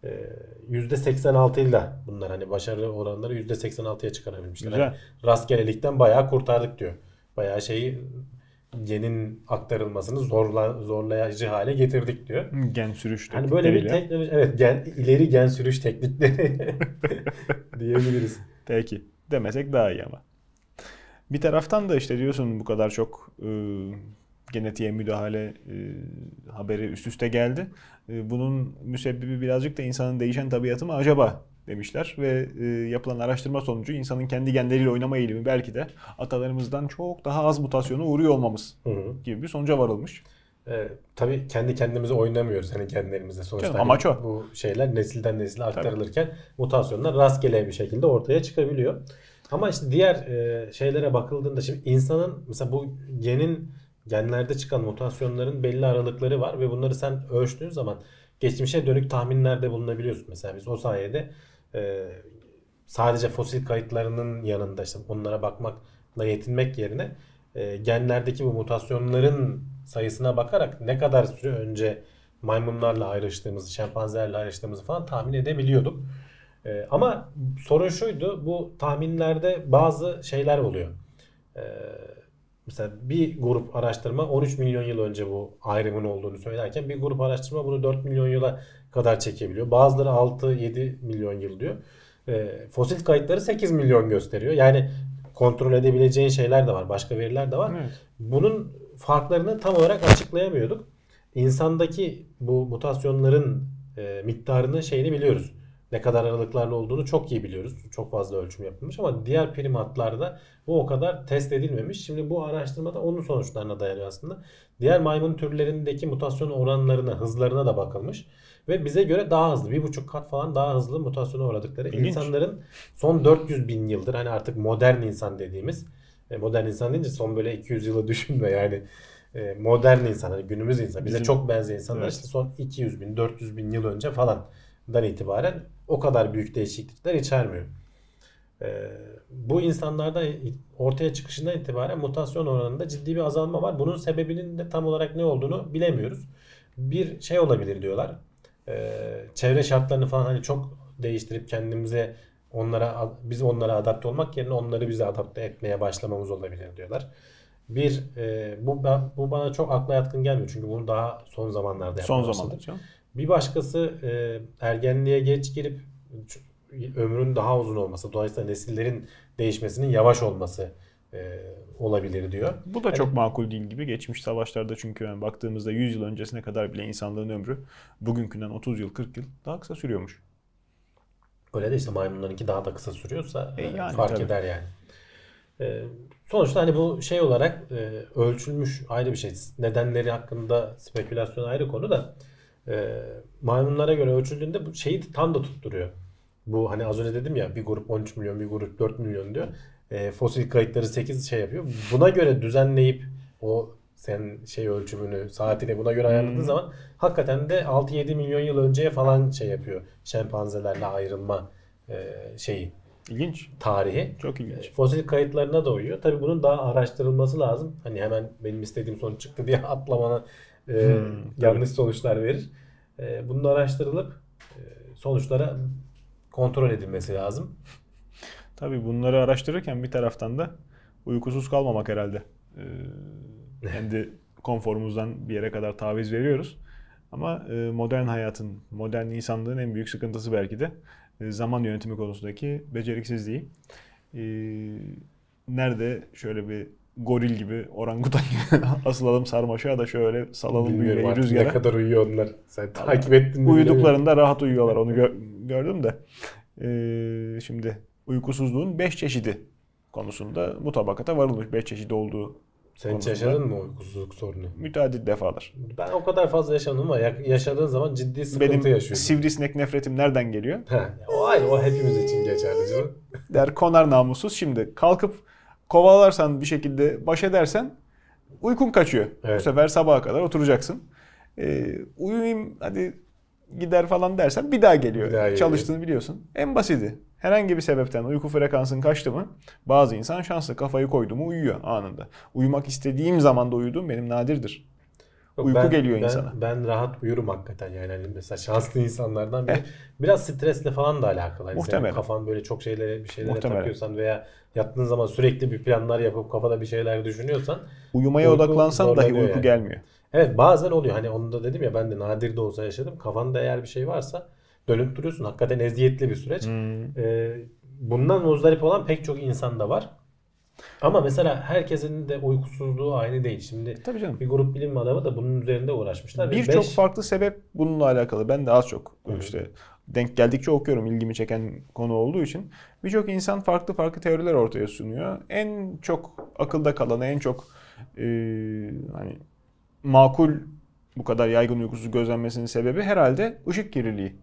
%86 ile bunlar hani başarı oranları %86'ya çıkarabilmişler. Güzel. Yani rastgelelikten bayağı kurtardık diyor. Bayağı şeyi genin aktarılmasını zorlayıcı hale getirdik diyor. Gen sürüş Hani böyle bir teknikleriyle. teknoloji, evet, ileri gen sürüş teknikleri diyebiliriz. Peki. Demesek daha iyi ama. Bir taraftan da işte diyorsun bu kadar çok genetiğe müdahale haberi üst üste geldi. Bunun müsebbibi birazcık da insanın değişen tabiatı mı acaba demişler ve yapılan araştırma sonucu insanın kendi genleriyle oynama eğilimi belki de atalarımızdan çok daha az mutasyona uğruyor olmamız gibi bir sonuca varılmış. Tabii kendi kendimize oynamıyoruz hani genlerimize sonuçta. Canım, amaç o. Bu şeyler nesilden nesile aktarılırken mutasyonlar rastgele bir şekilde ortaya çıkabiliyor. Ama işte diğer şeylere bakıldığında şimdi insanın mesela bu genlerde çıkan mutasyonların belli aralıkları var ve bunları sen ölçtüğün zaman geçmişe dönük tahminlerde bulunabiliyorsun. Mesela biz o sayede sadece fosil kayıtlarının yanında işte onlara bakmakla yetinmek yerine genlerdeki bu mutasyonların sayısına bakarak ne kadar süre önce maymunlarla ayrıştığımızı, şempanzelerle ayrıştığımızı falan tahmin edebiliyorduk. Ama sorun şuydu, bu tahminlerde bazı şeyler oluyor. Mesela bir grup araştırma 13 milyon yıl önce bu ayrımın olduğunu söylerken bir grup araştırma bunu 4 milyon yıla kadar çekebiliyor. Bazıları 6-7 milyon yıl diyor. Fosil kayıtları 8 milyon gösteriyor. Yani kontrol edebileceğin şeyler de var. Başka veriler de var. Evet. Bunun farklarını tam olarak açıklayamıyorduk. İnsandaki bu mutasyonların miktarını biliyoruz. Ne kadar aralıklarla olduğunu çok iyi biliyoruz. Çok fazla ölçüm yapılmış ama diğer primatlarda bu o kadar test edilmemiş. Şimdi bu araştırmada onun sonuçlarına dayanıyor aslında. Diğer maymun türlerindeki mutasyon oranlarına, hızlarına da bakılmış. Ve bize göre daha hızlı, 1,5 kat falan daha hızlı mutasyona uğradıkları İlginç. insanların son 400 bin yıldır hani artık modern insan dediğimiz, modern insan deyince son böyle 200 yılı düşünme yani modern insan, hani günümüz insan, bize çok benzeyen insanlar işte son 200 bin, 400 bin yıl önce falandan itibaren o kadar büyük değişiklikler içermiyor. Bu insanlarda ortaya çıkışından itibaren mutasyon oranında ciddi bir azalma var. Bunun sebebinin de tam olarak ne olduğunu bilemiyoruz. Bir şey olabilir diyorlar. Çevre şartlarını falan hani çok değiştirip kendimize biz onlara adapte olmak yerine onları bize adapte etmeye başlamamız olabilir diyorlar. Bu bana çok akla yatkın gelmiyor çünkü bunu daha son zamanlarda yapmaya başladık. Bir başkası ergenliğe geç girip ömrün daha uzun olması, dolayısıyla nesillerin değişmesinin yavaş olması olabilir diyor. Bu da çok makul değil gibi. Geçmiş savaşlarda çünkü yani baktığımızda 100 yıl öncesine kadar bile insanlığın ömrü bugünkünden 30 yıl, 40 yıl daha kısa sürüyormuş. Öyle de işte maymunlarınki daha da kısa sürüyorsa yani, fark tabii. eder yani. Sonuçta hani bu şey olarak ölçülmüş ayrı bir şey. Nedenleri hakkında spekülasyon ayrı konu da maymunlara göre ölçüldüğünde bu şeyi tam da tutturuyor. Bu hani az önce dedim ya bir grup 13 milyon bir grup 4 milyon diyor. Fosil kayıtları 8 yapıyor. Buna göre düzenleyip o sen ölçümünü saatini buna göre ayarladığın zaman hakikaten de 6-7 milyon yıl önceye falan yapıyor. Şempanzelerle ayrılma İlginç. tarihi. Çok ilginç. Fosil kayıtlarına da uyuyor. Tabii bunun daha araştırılması lazım. Hani hemen benim istediğim sonuç çıktı diye atlamana yanlış sonuçlar verir. Bunun araştırılıp sonuçlara kontrol edilmesi lazım. Tabii bunları araştırırken bir taraftan da uykusuz kalmamak herhalde. Kendi konforumuzdan bir yere kadar taviz veriyoruz. Ama modern hayatın, modern insanlığın en büyük sıkıntısı belki de zaman yönetimi konusundaki beceriksizliği. Nerede şöyle bir goril gibi, orangutan gibi asılalım sarmaşığa da şöyle salalım büyümeyi rüzgara. Ne kadar uyuyor onlar. Sen takip ettin mi? Uyuduklarında rahat uyuyorlar. Onu gördüm de. Şimdi uykusuzluğun 5 çeşidi konusunda mutabakata varılmış. 5 çeşidi olduğu Sen hiç konusunda. yaşadın mı uykusuzluk sorunu? Müteaddit defalar. Ben o kadar fazla yaşamadım ama yaşadığın zaman ciddi sıkıntı Benim yaşıyordum. sivrisinek nefretim nereden geliyor? O ayrı, o hepimiz için geçerli canım. Der konar namussuz. Şimdi kalkıp kovalarsan bir şekilde baş edersen uykun kaçıyor. Evet. Bu sefer sabaha kadar oturacaksın. Uyuyayım hadi gider falan dersen bir daha geliyor. Bir daha geliyor. Çalıştığını biliyorsun. En basiti. Herhangi bir sebepten uyku frekansın kaçtı mı bazı insan şanslı, kafayı koydu mu uyuyor anında. Uyumak istediğim zaman da uyuduğum benim nadirdir. Yok, Uyku geliyor insana. Ben rahat uyurum hakikaten yani. Hani mesela şanslı insanlardan biri. Biraz stresle falan da alakalı. Hani Muhtemelen. senin kafan böyle çok bir şeylere Muhtemelen. takıyorsan veya yattığın zaman sürekli bir planlar yapıp kafada bir şeyler düşünüyorsan Uyumaya uyku odaklansan dahi zorlanıyor uyku yani. gelmiyor. Evet, bazen oluyor. Hani onu da dedim ya, ben de nadir de olsa yaşadım. Kafanda eğer bir şey varsa dönüp duruyorsun. Hakikaten eziyetli bir süreç. Bundan muzdarip olan pek çok insan da var. Ama mesela herkesin de uykusuzluğu aynı değil. Şimdi Tabii canım. bir grup bilim adamı da bunun üzerinde uğraşmışlar. Ve Birçok beş- farklı sebep bununla alakalı. Ben de az çok işte denk geldikçe okuyorum, ilgimi çeken konu olduğu için. Birçok insan farklı farklı teoriler ortaya sunuyor. En çok akılda kalanı, en çok hani makul bu kadar yaygın uykusuzluk gözlenmesinin sebebi herhalde ışık kirliliği.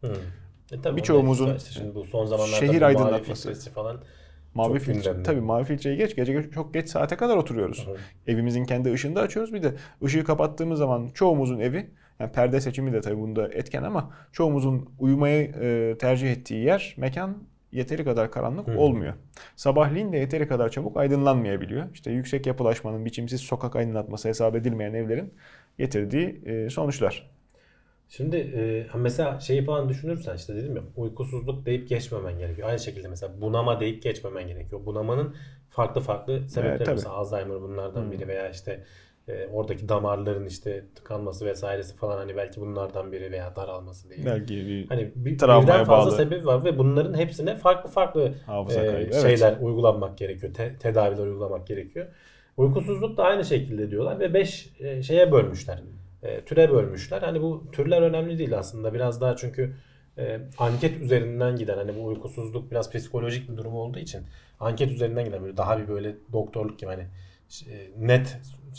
Tabii Birçoğumuzun onun etkisi var. Şimdi bu son zamanlarda şehir bu mavi aydınlatması. filtresi falan Mavi çok filtre, gündemde. tabii mavi filtreyi geç, gece çok geç saate kadar oturuyoruz. Evimizin kendi ışığını da açıyoruz. Bir de ışığı kapattığımız zaman çoğumuzun evi, yani perde seçimi de tabii bunda etken ama çoğumuzun uyumayı tercih ettiği yer, mekan yeteri kadar karanlık olmuyor. Sabahleyin de yeteri kadar çabuk aydınlanmayabiliyor. İşte yüksek yapılaşmanın, biçimsiz sokak aydınlatması hesap edilmeyen evlerin getirdiği sonuçlar. Şimdi mesela şeyi falan düşünürsen, işte dedim ya, uykusuzluk deyip geçmemen gerekiyor. Aynı şekilde mesela bunama deyip geçmemen gerekiyor. Bunamanın farklı farklı sebepleri, tabii. mesela Alzheimer bunlardan biri veya işte oradaki damarların işte tıkanması vesairesi falan, hani belki bunlardan biri veya daralması değil. Belki bir Hani travmaya birden fazla bağlı sebebi var ve bunların hepsine farklı farklı hafıza kaybı. Evet. şeyler uygulanmak gerekiyor. Tedaviler uygulamak gerekiyor. Uykusuzluk da aynı şekilde diyorlar ve 5 şeye bölmüşler. Türe bölmüşler. Hani bu türler önemli değil aslında. Biraz daha çünkü anket üzerinden giden, hani bu uykusuzluk biraz psikolojik bir durum olduğu için anket üzerinden giden, böyle daha bir böyle doktorluk gibi hani net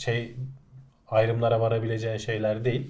ayrımlara varabileceğin şeyler değil.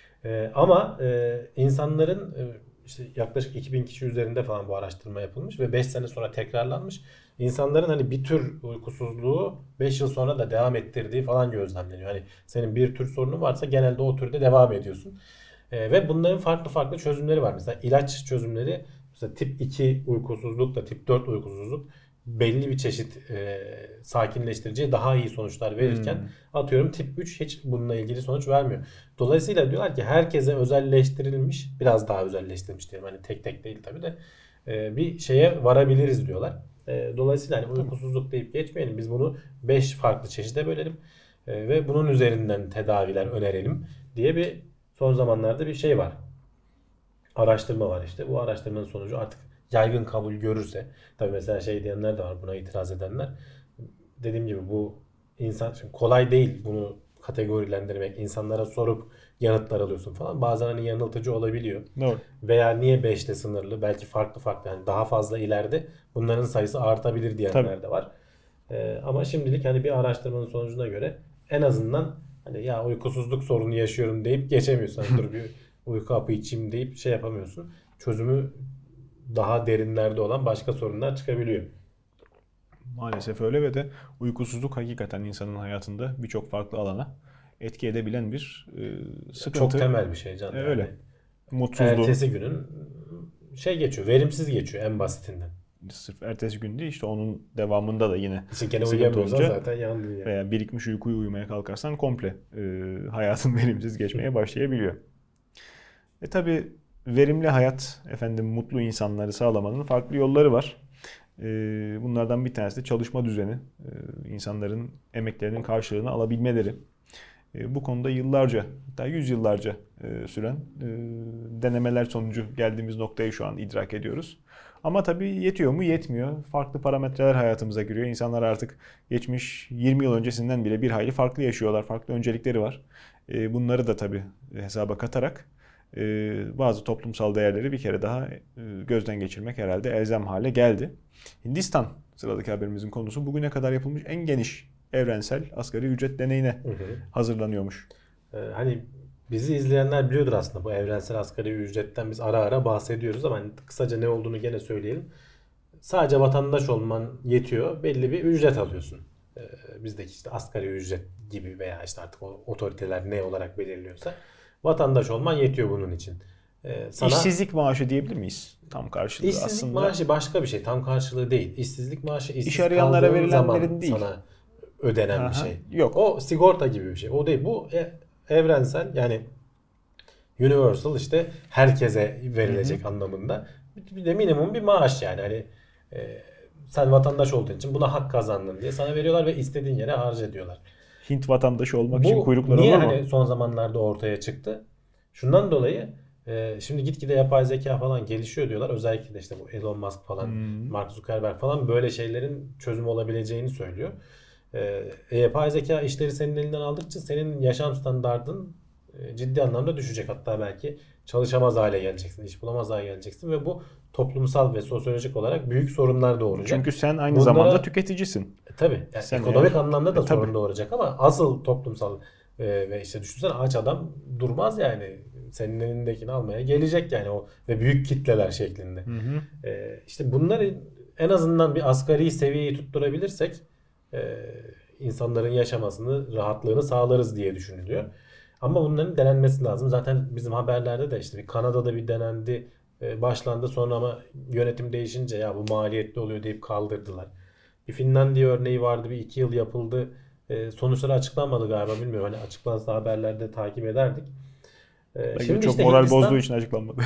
Ama insanların işte yaklaşık 2000 kişi üzerinde falan bu araştırma yapılmış ve 5 sene sonra tekrarlanmış. İnsanların hani bir tür uykusuzluğu 5 yıl sonra da devam ettirdiği falan gözlemleniyor. Hani senin bir tür sorunun varsa genelde o türde devam ediyorsun. Ve bunların farklı farklı çözümleri var. Mesela ilaç çözümleri, mesela tip 2 uykusuzlukla tip 4 uykusuzluk belli bir çeşit sakinleştirici daha iyi sonuçlar verirken atıyorum tip 3 hiç bununla ilgili sonuç vermiyor. Dolayısıyla diyorlar ki herkese özelleştirilmiş, biraz daha özelleştirilmiş diyelim, hani tek tek değil tabii de bir şeye varabiliriz diyorlar. Dolayısıyla hani uykusuzluk deyip geçmeyelim. Biz bunu 5 farklı çeşide bölelim ve bunun üzerinden tedaviler önerelim diye bir son zamanlarda bir şey var. Araştırma var işte. Bu araştırmanın sonucu artık yaygın kabul görürse, tabii mesela şey diyenler de var, buna itiraz edenler. Dediğim gibi bu insan, şimdi kolay değil bunu kategorilendirmek. İnsanlara sorup yanıtlar alıyorsun falan. Bazen hani yanıltıcı olabiliyor. Doğru. Veya niye 5 ile sınırlı? Belki farklı farklı, yani daha fazla ileride bunların sayısı artabilir diyenler de var. Ama şimdilik hani bir araştırmanın sonucuna göre en azından hani ya uykusuzluk sorunu yaşıyorum deyip geçemiyorsun. Hani dur bir uyku hapı içeyim deyip şey yapamıyorsun. Çözümü daha derinlerde olan başka sorunlar çıkabiliyor. Maalesef öyle ve de uykusuzluk hakikaten insanın hayatında birçok farklı alana etki edebilen bir sıkıntı. Çok temel bir şey canım. Öyle. Yani. Mutsuzluğu. Ertesi günün şey geçiyor, verimsiz geçiyor en basitinden. Sırf ertesi gün değil, işte onun devamında da yine İşte gene sıkıntı uyuyamıyorsan olunca zaten yandın yani. veya birikmiş uykuyu uyumaya kalkarsan komple hayatın verimsiz geçmeye başlayabiliyor. Tabii verimli hayat, mutlu insanları sağlamanın farklı yolları var. Bunlardan bir tanesi de çalışma düzeni. İnsanların emeklerinin karşılığını alabilmeleri. Bu konuda yıllarca, hatta yüzyıllarca süren denemeler sonucu geldiğimiz noktayı şu an idrak ediyoruz. Ama tabii yetiyor mu? Yetmiyor. Farklı parametreler hayatımıza giriyor. İnsanlar artık geçmiş 20 yıl öncesinden bile bir hayli farklı yaşıyorlar. Farklı öncelikleri var. Bunları da tabii hesaba katarak bazı toplumsal değerleri bir kere daha gözden geçirmek herhalde elzem hale geldi. Hindistan sıradaki haberimizin konusu. Bugüne kadar yapılmış en geniş, evrensel asgari ücret deneyine hazırlanıyormuş. Hani bizi izleyenler biliyordur aslında bu evrensel asgari ücretten biz ara ara bahsediyoruz ama hani kısaca ne olduğunu gene söyleyelim. Sadece vatandaş olman yetiyor. Belli bir ücret alıyorsun. Bizdeki işte asgari ücret gibi veya işte artık o otoriteler ne olarak belirliyorsa vatandaş olman yetiyor bunun için. Sana İşsizlik maaşı diyebilir miyiz? Tam karşılığı işsizlik aslında. maaşı başka bir şey. Tam karşılığı değil. İşsizlik maaşı İş arayanlara kaldığın verilenlerin zaman değil. sana ödenen bir Aha, şey. yok. O sigorta gibi bir şey. O değil. Bu evrensel yani universal işte herkese verilecek anlamında. Bir de minimum bir maaş yani. Hani sen vatandaş olduğun için buna hak kazandın diye sana veriyorlar ve istediğin yere harca diyorlar. Hint vatandaşı olmak için kuyruklar niye olur mu? hani son zamanlarda ortaya çıktı? Şundan dolayı şimdi gitgide yapay zeka falan gelişiyor diyorlar. Özellikle de işte bu Elon Musk falan, Mark Zuckerberg falan böyle şeylerin çözüm olabileceğini söylüyor. Yapay zeka işleri senin elinden aldıkça senin yaşam standardın ciddi anlamda düşecek. Hatta belki çalışamaz hale geleceksin, iş bulamaz hale geleceksin ve bu toplumsal ve sosyolojik olarak büyük sorunlar doğuracak. Çünkü sen aynı zamanda tüketicisin. Tabii. Yani Sen ekonomik anlamda da sorun tabii. doğuracak ama asıl toplumsal ve işte düşünsene aç adam durmaz yani. Senin elindekini almaya gelecek yani o ve büyük kitleler şeklinde. İşte bunları en azından bir asgari seviyeyi tutturabilirsek insanların yaşamasını, rahatlığını sağlarız diye düşünülüyor. Ama bunların denenmesi lazım. Zaten bizim haberlerde de işte bir Kanada'da bir denendi, başlandı sonra ama yönetim değişince ya bu maliyetli oluyor deyip kaldırdılar. Bir Finlandiya örneği vardı, bir 2 yıl yapıldı. Sonuçları açıklanmadı galiba, bilmiyorum. Hani açıklansa haberlerde takip ederdik. Şimdi çok işte moral bozduğu için açıklanmadı.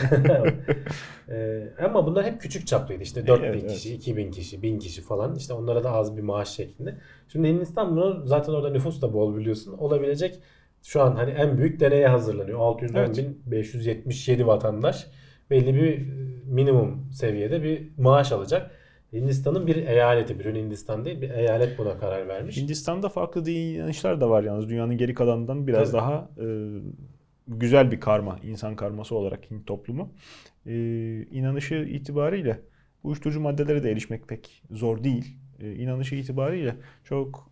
Ama bunlar hep küçük çaplıydı. İşte 4000 kişi, 2000 kişi, 1000 kişi falan. İşte onlara da az bir maaş şeklinde. Şimdi Hindistan bunu zaten orada nüfus da bol biliyorsun. Olabilecek şu an hani en büyük deneye hazırlanıyor. 610.577 vatandaş belli bir minimum seviyede bir maaş alacak. Hindistan'ın bir eyaleti, bütün Hindistan değil bir eyalet buna karar vermiş. Hindistan'da farklı dini inanışlar da var yalnız. Dünyanın geri kalanından biraz daha güzel bir karma, insan karması olarak Hint toplumu. İnanışı itibariyle uyuşturucu maddelere de erişmek pek zor değil. İnanışı itibariyle çok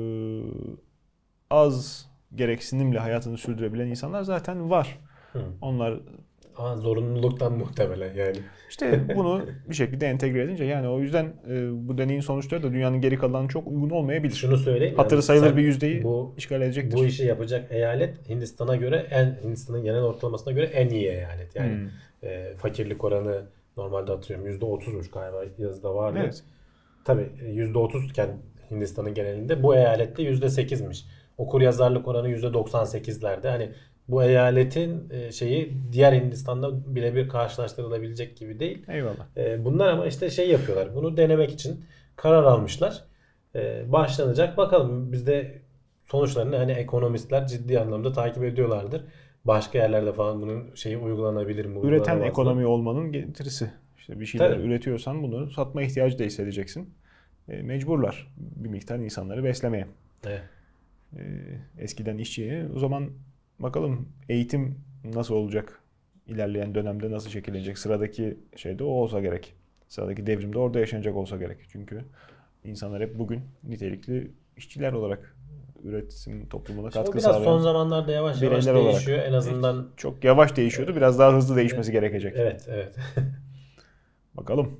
az gereksinimle hayatını sürdürebilen insanlar zaten var. Onlar zorunluluktan muhtemelen yani. İşte bunu bir şekilde entegre edince yani o yüzden bu deneyin sonuçları da dünyanın geri kalanına çok uygun olmayabilir. Şunu söyleyeyim. Hatırı sayılır bir yüzdeyi işgal edecektir. Bu işi yapacak eyalet Hindistan'a göre Hindistan'ın genel ortalamasına göre en iyi eyalet. Yani fakirlik oranı normalde hatırlıyorum %30'muş galiba yazıda vardı. Evet. Tabii %30 iken Hindistan'ın genelinde bu eyalette %8'miş. Okuryazarlık oranı %98'lerde. Hani bu eyaletin şeyi diğer Hindistan'da birebir karşılaştırılabilecek gibi değil. Eyvallah. Bunlar ama işte şey yapıyorlar. Bunu denemek için karar almışlar. Başlanacak. Bakalım bizde sonuçlarını hani ekonomistler ciddi anlamda takip ediyorlardır. Başka yerlerde falan bunun şeyi uygulanabilir mi? Üreten ekonomi olmanın getirisi. İşte bir şeyler üretiyorsan bunu satma ihtiyacı da hissedeceksin. Mecburlar bir miktar insanları beslemeye. Evet. Eskiden işçiye. O zaman bakalım eğitim nasıl olacak? İlerleyen dönemde nasıl şekillenecek? Sıradaki şeyde o olsa gerek. Sıradaki devrimde orada yaşanacak olsa gerek. Çünkü insanlar hep bugün nitelikli işçiler olarak üretim toplumuna katkı sağlayan. Biraz son zamanlarda yavaş yavaş değişiyor. En azından çok yavaş değişiyordu. Biraz daha hızlı değişmesi gerekecek. Evet. Bakalım.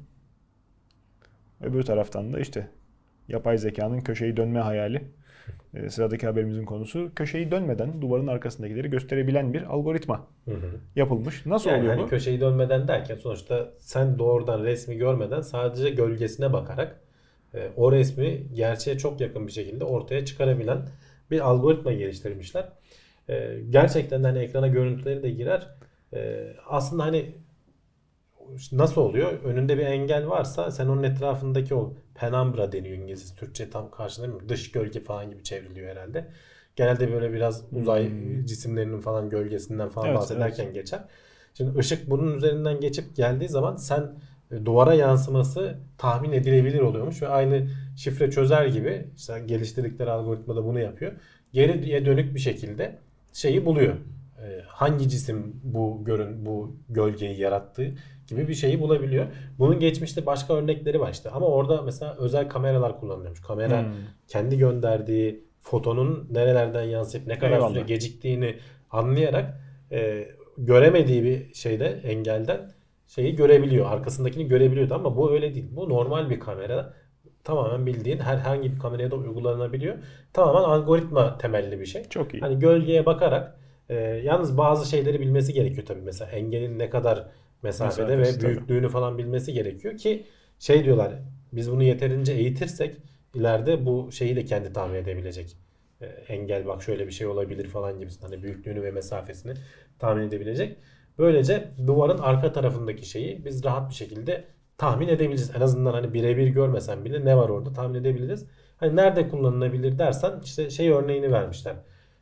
Öbür taraftan da işte yapay zekanın köşeyi dönme hayali. Sıradaki haberimizin konusu köşeyi dönmeden duvarın arkasındakileri gösterebilen bir algoritma yapılmış. Nasıl oluyor hani bu? Köşeyi dönmeden derken sonuçta sen doğrudan resmi görmeden sadece gölgesine bakarak o resmi gerçeğe çok yakın bir şekilde ortaya çıkarabilen bir algoritma geliştirmişler. Gerçekten hani ekrana görüntüleri de girer. Aslında hani nasıl oluyor? Önünde bir engel varsa sen onun etrafındaki o penumbra deniyor İngilizce. Türkçe tam karşılamıyorum. Dış gölge falan gibi çevriliyor herhalde. Genelde böyle biraz uzay cisimlerinin falan gölgesinden falan bahsederken geçer. Şimdi ışık bunun üzerinden geçip geldiği zaman sen duvara yansıması tahmin edilebilir oluyormuş ve aynı şifre çözer gibi işte geliştirdikleri algoritma da bunu yapıyor. Geriye dönük bir şekilde şeyi buluyor. hangi cisim bu gölgeyi yarattığı gibi bir şeyi bulabiliyor. Bunun geçmişte başka örnekleri var işte. Ama orada mesela özel kameralar kullanılıyormuş. Kamera kendi gönderdiği fotonun nerelerden yansıyıp ne kadar süre geciktiğini anlayarak göremediği bir şeyde engelden şeyi görebiliyor. Arkasındakini görebiliyordu ama bu öyle değil. Bu normal bir kamera. Tamamen bildiğin herhangi bir kameraya da uygulanabiliyor. Tamamen algoritma temelli bir şey. Çok iyi. Hani gölgeye bakarak yalnız bazı şeyleri bilmesi gerekiyor tabii. Mesela engelin ne kadar mesafede ve büyüklüğünü falan bilmesi gerekiyor ki şey diyorlar, biz bunu yeterince eğitirsek ileride bu şeyi de kendi tahmin edebilecek. Engel bak şöyle bir şey olabilir falan gibisinden. Hani büyüklüğünü ve mesafesini tahmin edebilecek. Böylece duvarın arka tarafındaki şeyi biz rahat bir şekilde tahmin edebiliriz. En azından hani birebir görmesen bile ne var orada tahmin edebiliriz. Hani nerede kullanılabilir dersen işte şey örneğini vermişler.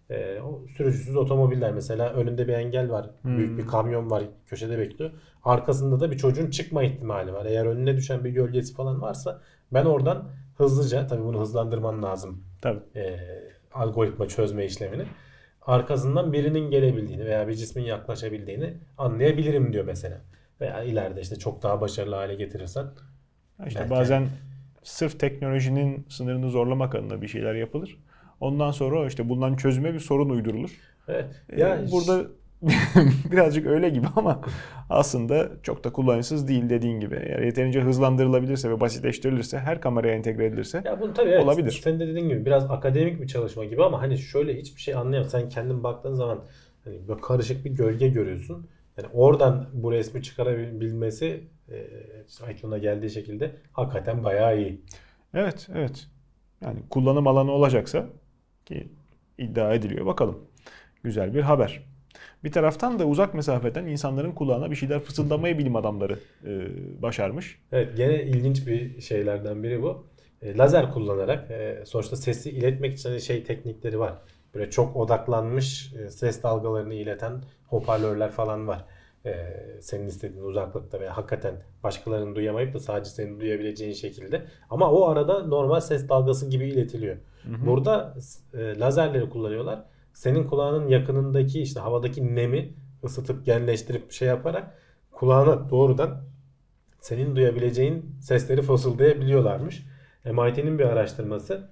Sürücüsüz otomobiller mesela, önünde bir engel var. Büyük bir kamyon var, köşede bekliyor. Arkasında da bir çocuğun çıkma ihtimali var. Eğer önüne düşen bir gölgesi falan varsa ben oradan hızlıca, tabii bunu hızlandırman lazım. Tabii. Algoritma çözme işlemini. Arkasından birinin gelebildiğini veya bir cismin yaklaşabildiğini anlayabilirim diyor mesela. Veya ileride işte çok daha başarılı hale getirirsen. İşte belki bazen sırf teknolojinin sınırını zorlamak adına bir şeyler yapılır. Ondan sonra işte bundan çözüme bir sorun uydurulur. Evet. Yani burada birazcık öyle gibi ama aslında çok da kullanışsız değil dediğin gibi. Eğer yeterince hızlandırılabilirse ve basitleştirilirse, her kameraya entegre edilirse ya bunu tabii olabilir. Senin de dediğin gibi biraz akademik bir çalışma gibi ama hani şöyle hiçbir şey anlayamam. Sen kendin baktığın zaman hani böyle karışık bir gölge görüyorsun. Yani oradan bu resmi çıkarabilmesi işte iPhone'a geldiği şekilde hakikaten bayağı iyi. Evet, evet. Yani kullanım alanı olacaksa ki iddia ediliyor. Bakalım. Güzel bir haber. Bir taraftan da uzak mesafeden insanların kulağına bir şeyler fısıldamayı bilim adamları başarmış. Evet, gene ilginç bir şeylerden biri bu. Lazer kullanarak sonuçta sesi iletmek için hani şey teknikleri var. Böyle çok odaklanmış ses dalgalarını ileten hoparlörler falan var. Senin istediğin uzaklıkta veya hakikaten başkalarını duyamayıp da sadece senin duyabileceğin şekilde. Ama o arada normal ses dalgası gibi iletiliyor. Burada lazerleri kullanıyorlar. Senin kulağının yakınındaki işte havadaki nemi ısıtıp genleştirip şey yaparak kulağına doğrudan senin duyabileceğin sesleri fısıldayabiliyorlarmış. MIT'nin bir araştırması.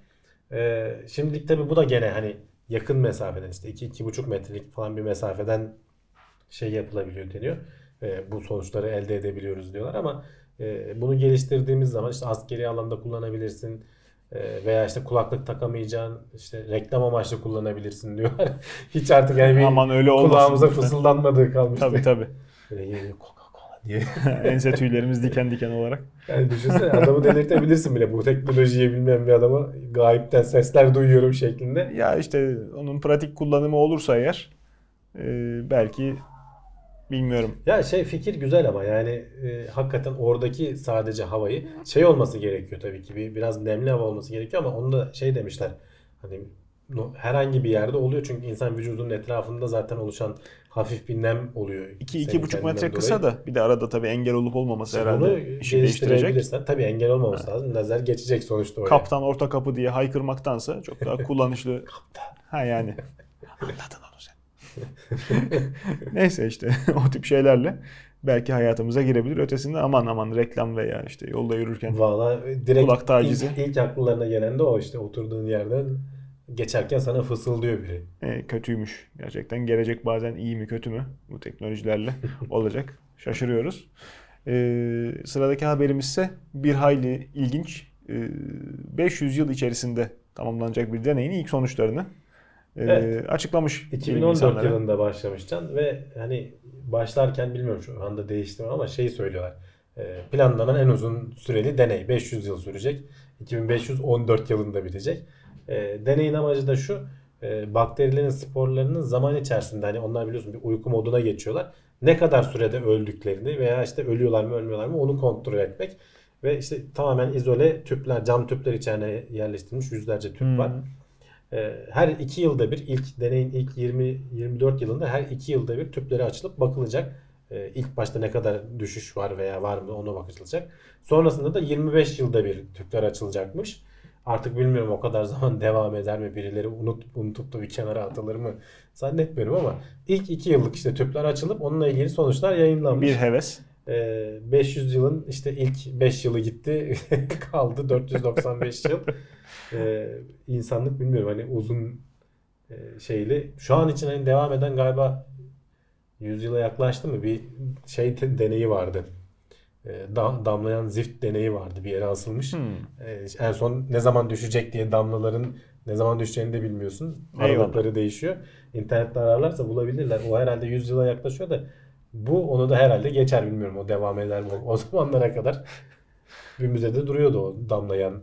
Şimdilik tabii bu da gene hani yakın mesafeden işte 2-2,5 metrelik falan bir mesafeden şey yapılabiliyor deniyor. Bu sonuçları elde edebiliyoruz diyorlar ama bunu geliştirdiğimiz zaman işte askeri alanda kullanabilirsin. Veya işte kulaklık takamayacağın, işte reklam amaçlı kullanabilirsin diyorlar. Hiç artık yani bir aman öyle olmasın kulağımıza lütfen. fısıldanmadığı kalmıştı. Tabii. Böyle Coca-Cola diye. Ense tüylerimiz diken diken olarak. Yani düşünsene, adamı delirtebilirsin bile. Bu teknolojiyi bilmeyen bir adama gayipten sesler duyuyorum şeklinde. Ya işte onun pratik kullanımı olursa eğer belki bilmiyorum. Ya fikir güzel ama yani hakikaten oradaki sadece havayı şey olması gerekiyor tabii ki, biraz nemli hava olması gerekiyor ama onu da şey demişler, hani herhangi bir yerde oluyor çünkü insan vücudunun etrafında zaten oluşan hafif bir nem oluyor. 2-2,5 metre kısa da bir de arada tabii engel olup olmaması Bunu herhalde işi değiştirecek. geliştirebilirsen tabii engel olmaması lazım. Lazer geçecek sonuçta oraya. Kaptan orta kapı diye haykırmaktansa çok daha kullanışlı. Ha yani. Anladın onu sen. Neyse işte o tip şeylerle belki hayatımıza girebilir. Ötesinde aman reklam veya işte yolda yürürken direkt kulak tacizi. ilk akıllarına gelen de o, işte oturduğun yerden geçerken sana fısıldıyor biri. Kötüymüş. Gerçekten gelecek bazen iyi mi kötü mü bu teknolojilerle olacak. Şaşırıyoruz. Sıradaki haberimiz ise bir hayli ilginç. 500 yıl içerisinde tamamlanacak bir deneyin ilk sonuçlarını açıklamış. 2014 yılında başlamış Can ve hani başlarken bilmiyorum şu anda değişti mi ama söylüyorlar. Planlanan en uzun süreli deney 500 yıl sürecek. 2514 yılında bitecek. Deneyin amacı da şu: bakterilerin sporlarının zaman içerisinde, hani onlar biliyorsun bir uyku moduna geçiyorlar. Ne kadar sürede öldüklerini veya işte ölüyorlar mı ölmüyorlar mı onu kontrol etmek. Ve işte tamamen izole tüpler, cam tüpler içine yerleştirilmiş yüzlerce tüp var. Her 2 yılda bir, deneyin ilk 20-24 yılında her 2 yılda bir tüpleri açılıp bakılacak. İlk başta ne kadar düşüş var veya var mı ona bakılacak. Sonrasında da 25 yılda bir tüpler açılacakmış. Artık bilmiyorum o kadar zaman devam eder mi, birileri unutup da bir kenara atılır mı zannetmiyorum ama ilk 2 yıllık işte tüpler açılıp onunla ilgili sonuçlar yayınlanmış. Bir heves. 500 yılın işte ilk 5 yılı gitti kaldı 495 yıl. İnsanlık bilmiyorum hani uzun şeyli. Şu an için hani devam eden galiba 100 yıla yaklaştı mı bir şey deneyi vardı. Damlayan zift deneyi vardı, bir yere asılmış. En son ne zaman düşecek diye, damlaların ne zaman düşeceğini de bilmiyorsun. Aralıkları değişiyor. İnternette ararlarsa bulabilirler. O herhalde 100 yıla yaklaşıyor da bu onu da herhalde geçer, bilmiyorum. O devam eder mi? O zamanlara kadar bir müzede duruyordu o damlayan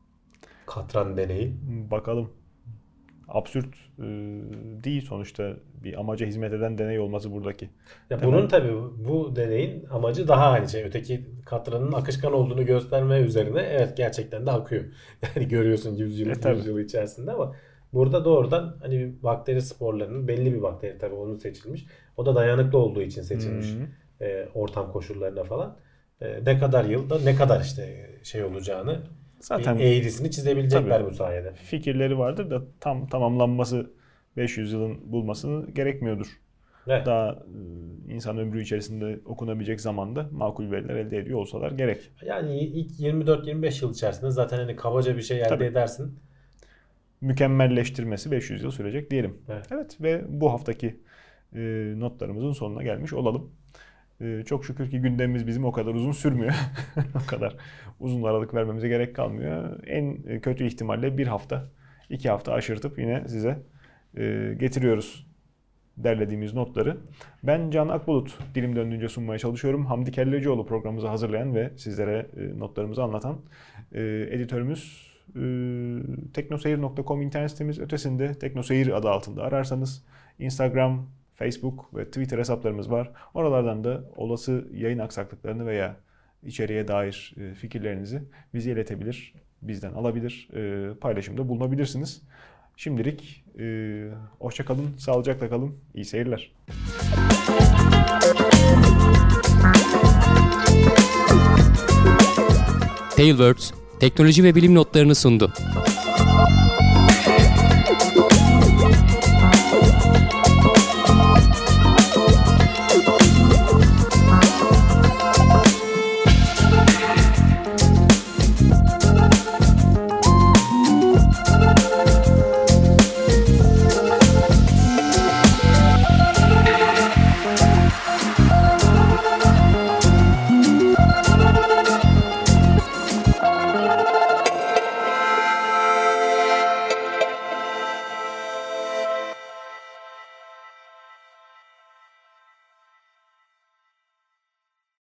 katran deneyi. Bakalım. Absürt değil sonuçta, bir amaca hizmet eden deney olması buradaki. Ya bunun tabii bu deneyin amacı daha hani öteki katranın akışkan olduğunu gösterme üzerine, evet gerçekten de akıyor. Yani görüyorsun 100 yıl içerisinde, ama burada doğrudan hani bir bakteri sporlarının, belli bir bakteri tabii onun seçilmiş. O da dayanıklı olduğu için seçilmiş ortam koşullarına falan. Ne kadar yılda ne kadar işte şey olacağını, zaten bir eğrisini çizebilecekler bu sayede. Fikirleri vardır da tam tamamlanması 500 yılın bulmasını gerekmiyordur. Evet. Daha insan ömrü içerisinde okunabilecek zamanda makul veriler elde ediyor olsalar gerek. Yani ilk 24-25 yıl içerisinde zaten hani kabaca bir şey elde edersin. Mükemmelleştirmesi 500 yıl sürecek diyelim. Evet ve bu haftaki notlarımızın sonuna gelmiş olalım. Çok şükür ki gündemimiz bizim o kadar uzun sürmüyor. O kadar uzun aralık vermemize gerek kalmıyor. En kötü ihtimalle 1 hafta, 2 hafta aşırtıp yine size getiriyoruz derlediğimiz notları. Ben Can Akbulut, dilim döndüğünce sunmaya çalışıyorum. Hamdi Kellecioğlu programımızı hazırlayan ve sizlere notlarımızı anlatan editörümüz. Teknoseyir.com internet sitemiz, ötesinde Teknoseyir adı altında ararsanız Instagram, Facebook ve Twitter hesaplarımız var. Oralardan da olası yayın aksaklıklarını veya içeriye dair fikirlerinizi bize iletebilir, bizden alabilir, paylaşımda bulunabilirsiniz. Şimdilik hoşça kalın, sağlıcakla kalın, iyi seyirler. Tailwords, teknoloji ve bilim notlarını sundu.